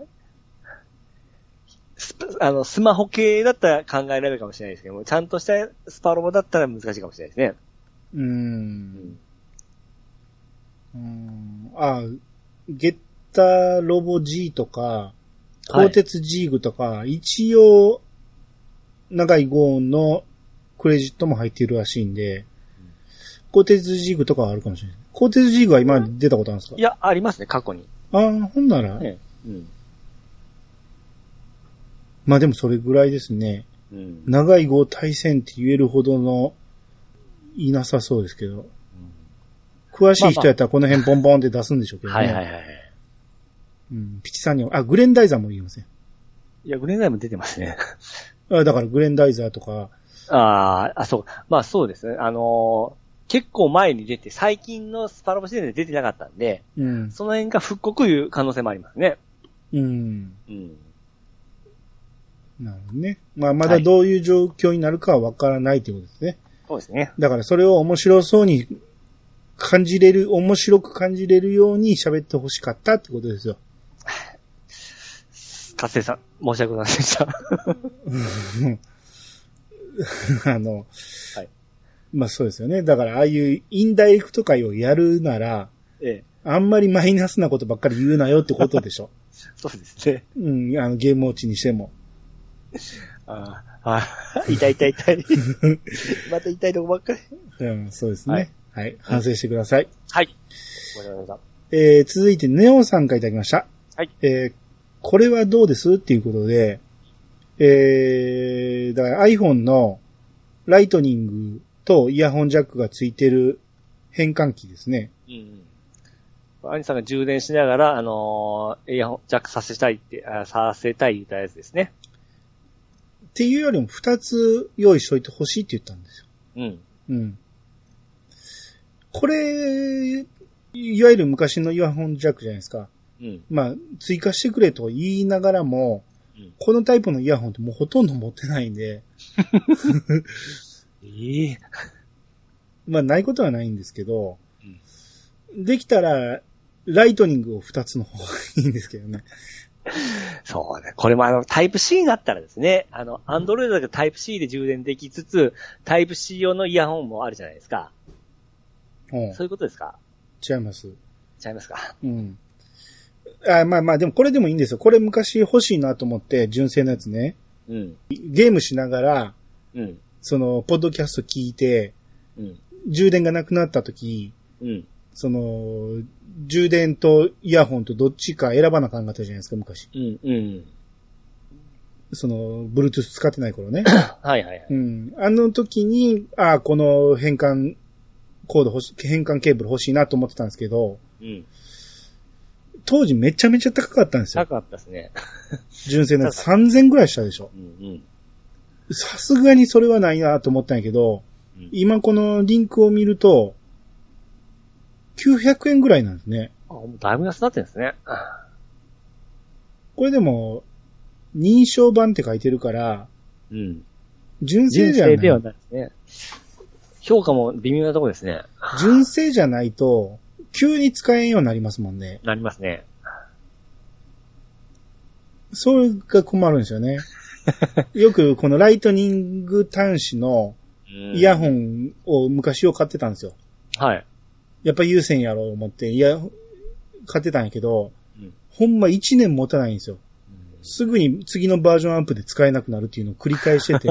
ス, あのスマホ系だったら考えられるかもしれないですけども、ちゃんとしたスパロボだったら難しいかもしれないですね。 うーん。うーん。あ、ゲッターロボ G とか、鋼鉄ジーグとか、はい、一応、長い号のクレジットも入っているらしいんで、うん、鋼鉄ジーグとかはあるかもしれない。鋼鉄ジーグは今出たことあるんですか？ いや、ありますね、過去に。 ああ、ほんなら、 ね、うん。 まあでもそれぐらいですね。 うん、 長い号対戦って言えるほどの、いなさそうですけど。うん、詳しい人やったらこの辺ポンポンって出すんでしょうけどね。 はいはいはい。 うん、ピチさんには、あ、グレンダイザーも言いません。 いや、グレンダイザーも出てますね。 あ、だからグレンダイザーとか。 ああ、そう。まあそうですね。あのー、結構前に出て、最近のスパロボシリーズで出てなかったんで、うん、その辺が復刻いう可能性もありますね。 うん。うん。なるほどね。まあまだどういう状況になるかはわからないということですね。 そうですね。 だからそれを面白そうに感じれる、面白く感じれるように喋ってほしかったってことですよ。 かつてさん、申し訳ございませんでした。 あの、はい。まあそうですよね。だからああいうインダイレクト会をやるなら、ええ、あんまりマイナスなことばっかり言うなよってことでしょ。 そうですね。 うん、あのゲームウォッチにしても。 ああ、痛い痛い痛い。また痛いとこばっかり。 うん、そうですね。はい。はい、反省してください。 はい。ごめんなさい。えー、続いてネオさんからいただきました。 はい。 えー、これはどうですっていうことで、えー、だから iPhone のライトニングとイヤホンジャックがついてる変換器ですね。うんうん。アニさんが充電しながら、あのー、イヤホンジャックさせたいって、あさせたい言ったやつですね。 っていうよりも二つ用意しといてほしいって言ったんですよ。うん。うん。これ、いわゆる昔のイヤホンジャックじゃないですか。うん。まあ、追加してくれと言いながらも、うん、このタイプのイヤホンってもうほとんど持ってないんで。 ええまあ、ないことはないんですけど、うん、できたら、ライトニングを二つの方がいいんですけどね。 そうね。これもあの、タイプ C になったらですね、あの、アンドロイドだけタイプ C で充電できつつ、タイプ C 用のイヤホンもあるじゃないですか。うん、そういうことですか？ 違います。 違いますか？ うん。あ、まあまあ、でもこれでもいいんですよ。これ昔欲しいなと思って、純正のやつね。うん。ゲームしながら、うん。その、ポッドキャスト聞いて、うん。充電がなくなった時、うん。その、充電とイヤホンとどっちか選ばなあかんかったじゃないですか、昔。うん、うん。その、Bluetooth 使ってない頃ね。 はいはいはい。 うん。あの時に、ああ、この変換コード欲し、変換ケーブル欲しいなと思ってたんですけど、うん。当時めちゃめちゃ高かったんですよ。 高かったですね。 純正のやつさんぜんぐらいしたでしょ。うんうん。さすがにそれはないなと思ったんやけど、うん、今このリンクを見ると、きゅうひゃくえんぐらいなんですね。 あ、もうだいぶ安くなってるんですね。 これでも、認証版って書いてるから、うん。純正じゃない。純正ではないですね。評価も微妙なところですね。 純正じゃないと、急に使えんようになりますもんね。 なりますね。 それが困るんですよね。よくこのライトニング端子のイヤホンを昔を買ってたんですよ。 はい。 やっぱ有線やろう思って、いや、買ってたんやけど、うん、ほんまいちねん持たないんですよ。うん、すぐに次のバージョンアップで使えなくなるっていうのを繰り返してて。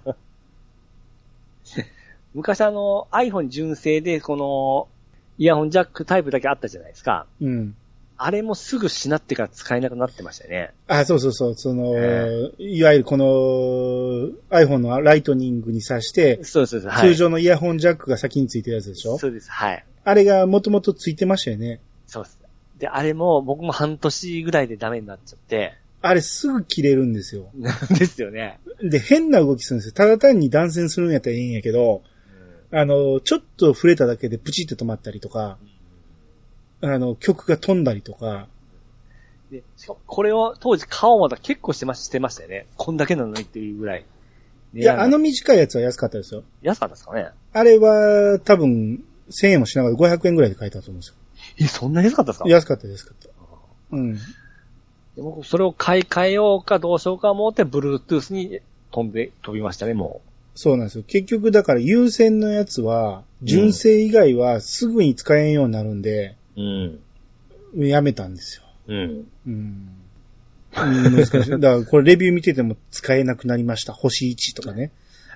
昔あの iPhone 純正でこのイヤホンジャックタイプだけあったじゃないですか。うん。あれもすぐしなってから使えなくなってましたよね。 あ、そうそうそう。その、えー、いわゆるこの iPhone のライトニングに挿して、 そうそうそう、 はい、通常のイヤホンジャックが先についてるやつでしょ？ そうです、はい。 あれがもともとついてましたよね。 そうです。で、あれも僕も半年ぐらいでダメになっちゃって。 あれすぐ切れるんですよ。 ですよね。 で、変な動きするんですよ。ただ単に断線するんやったらいいんやけど、うん、あの、ちょっと触れただけでプチって止まったりとか、うん、あの、曲が飛んだりとか。 で、これを当時買おうまだ結構してましてましたよね。こんだけなのにっていうぐらい。 いや、あの短いやつは安かったですよ。 安かったですかね。 あれは多分せんえんもしながらごひゃくえんぐらいで買えたと思うんですよ。 え、そんな安かったですか？ 安かった安かった。うん。 でもそれを買い替えようかどうしようか思って Bluetooth に飛んで、飛びましたね、もう。 そうなんですよ。結局だから有線のやつは、純正以外はすぐに使えんようになるんで、うん。やめたんですよ。うん。うん。難しい。だからこれレビュー見てても使えなくなりました。星いちとかね。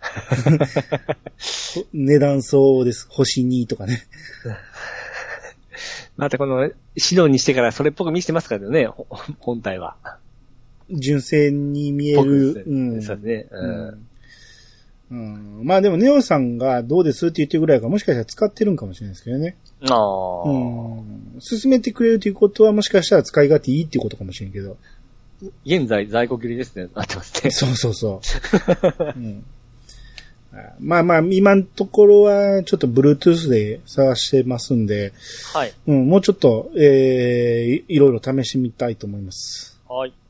値段相応です。星にとかね。 またこの、指導にしてからそれっぽく見せてますからね、本体は。 純正に見える。 うん。そうですね。うん。 うん。まあでもネオさんがどうですって言ってるぐらいかもしかしたら使ってるんかもしれないですけどね。 ああ。 うん。進めてくれるということはもしかしたら使い勝手いいっていうことかもしれんけど。 現在在庫切れですね。なってますね。 そうそうそう。うん、まあまあ、今のところはちょっと Bluetooth で探してますんで、 はい。 うん、もうちょっと、えー、いろいろ試してみたいと思います。 はい。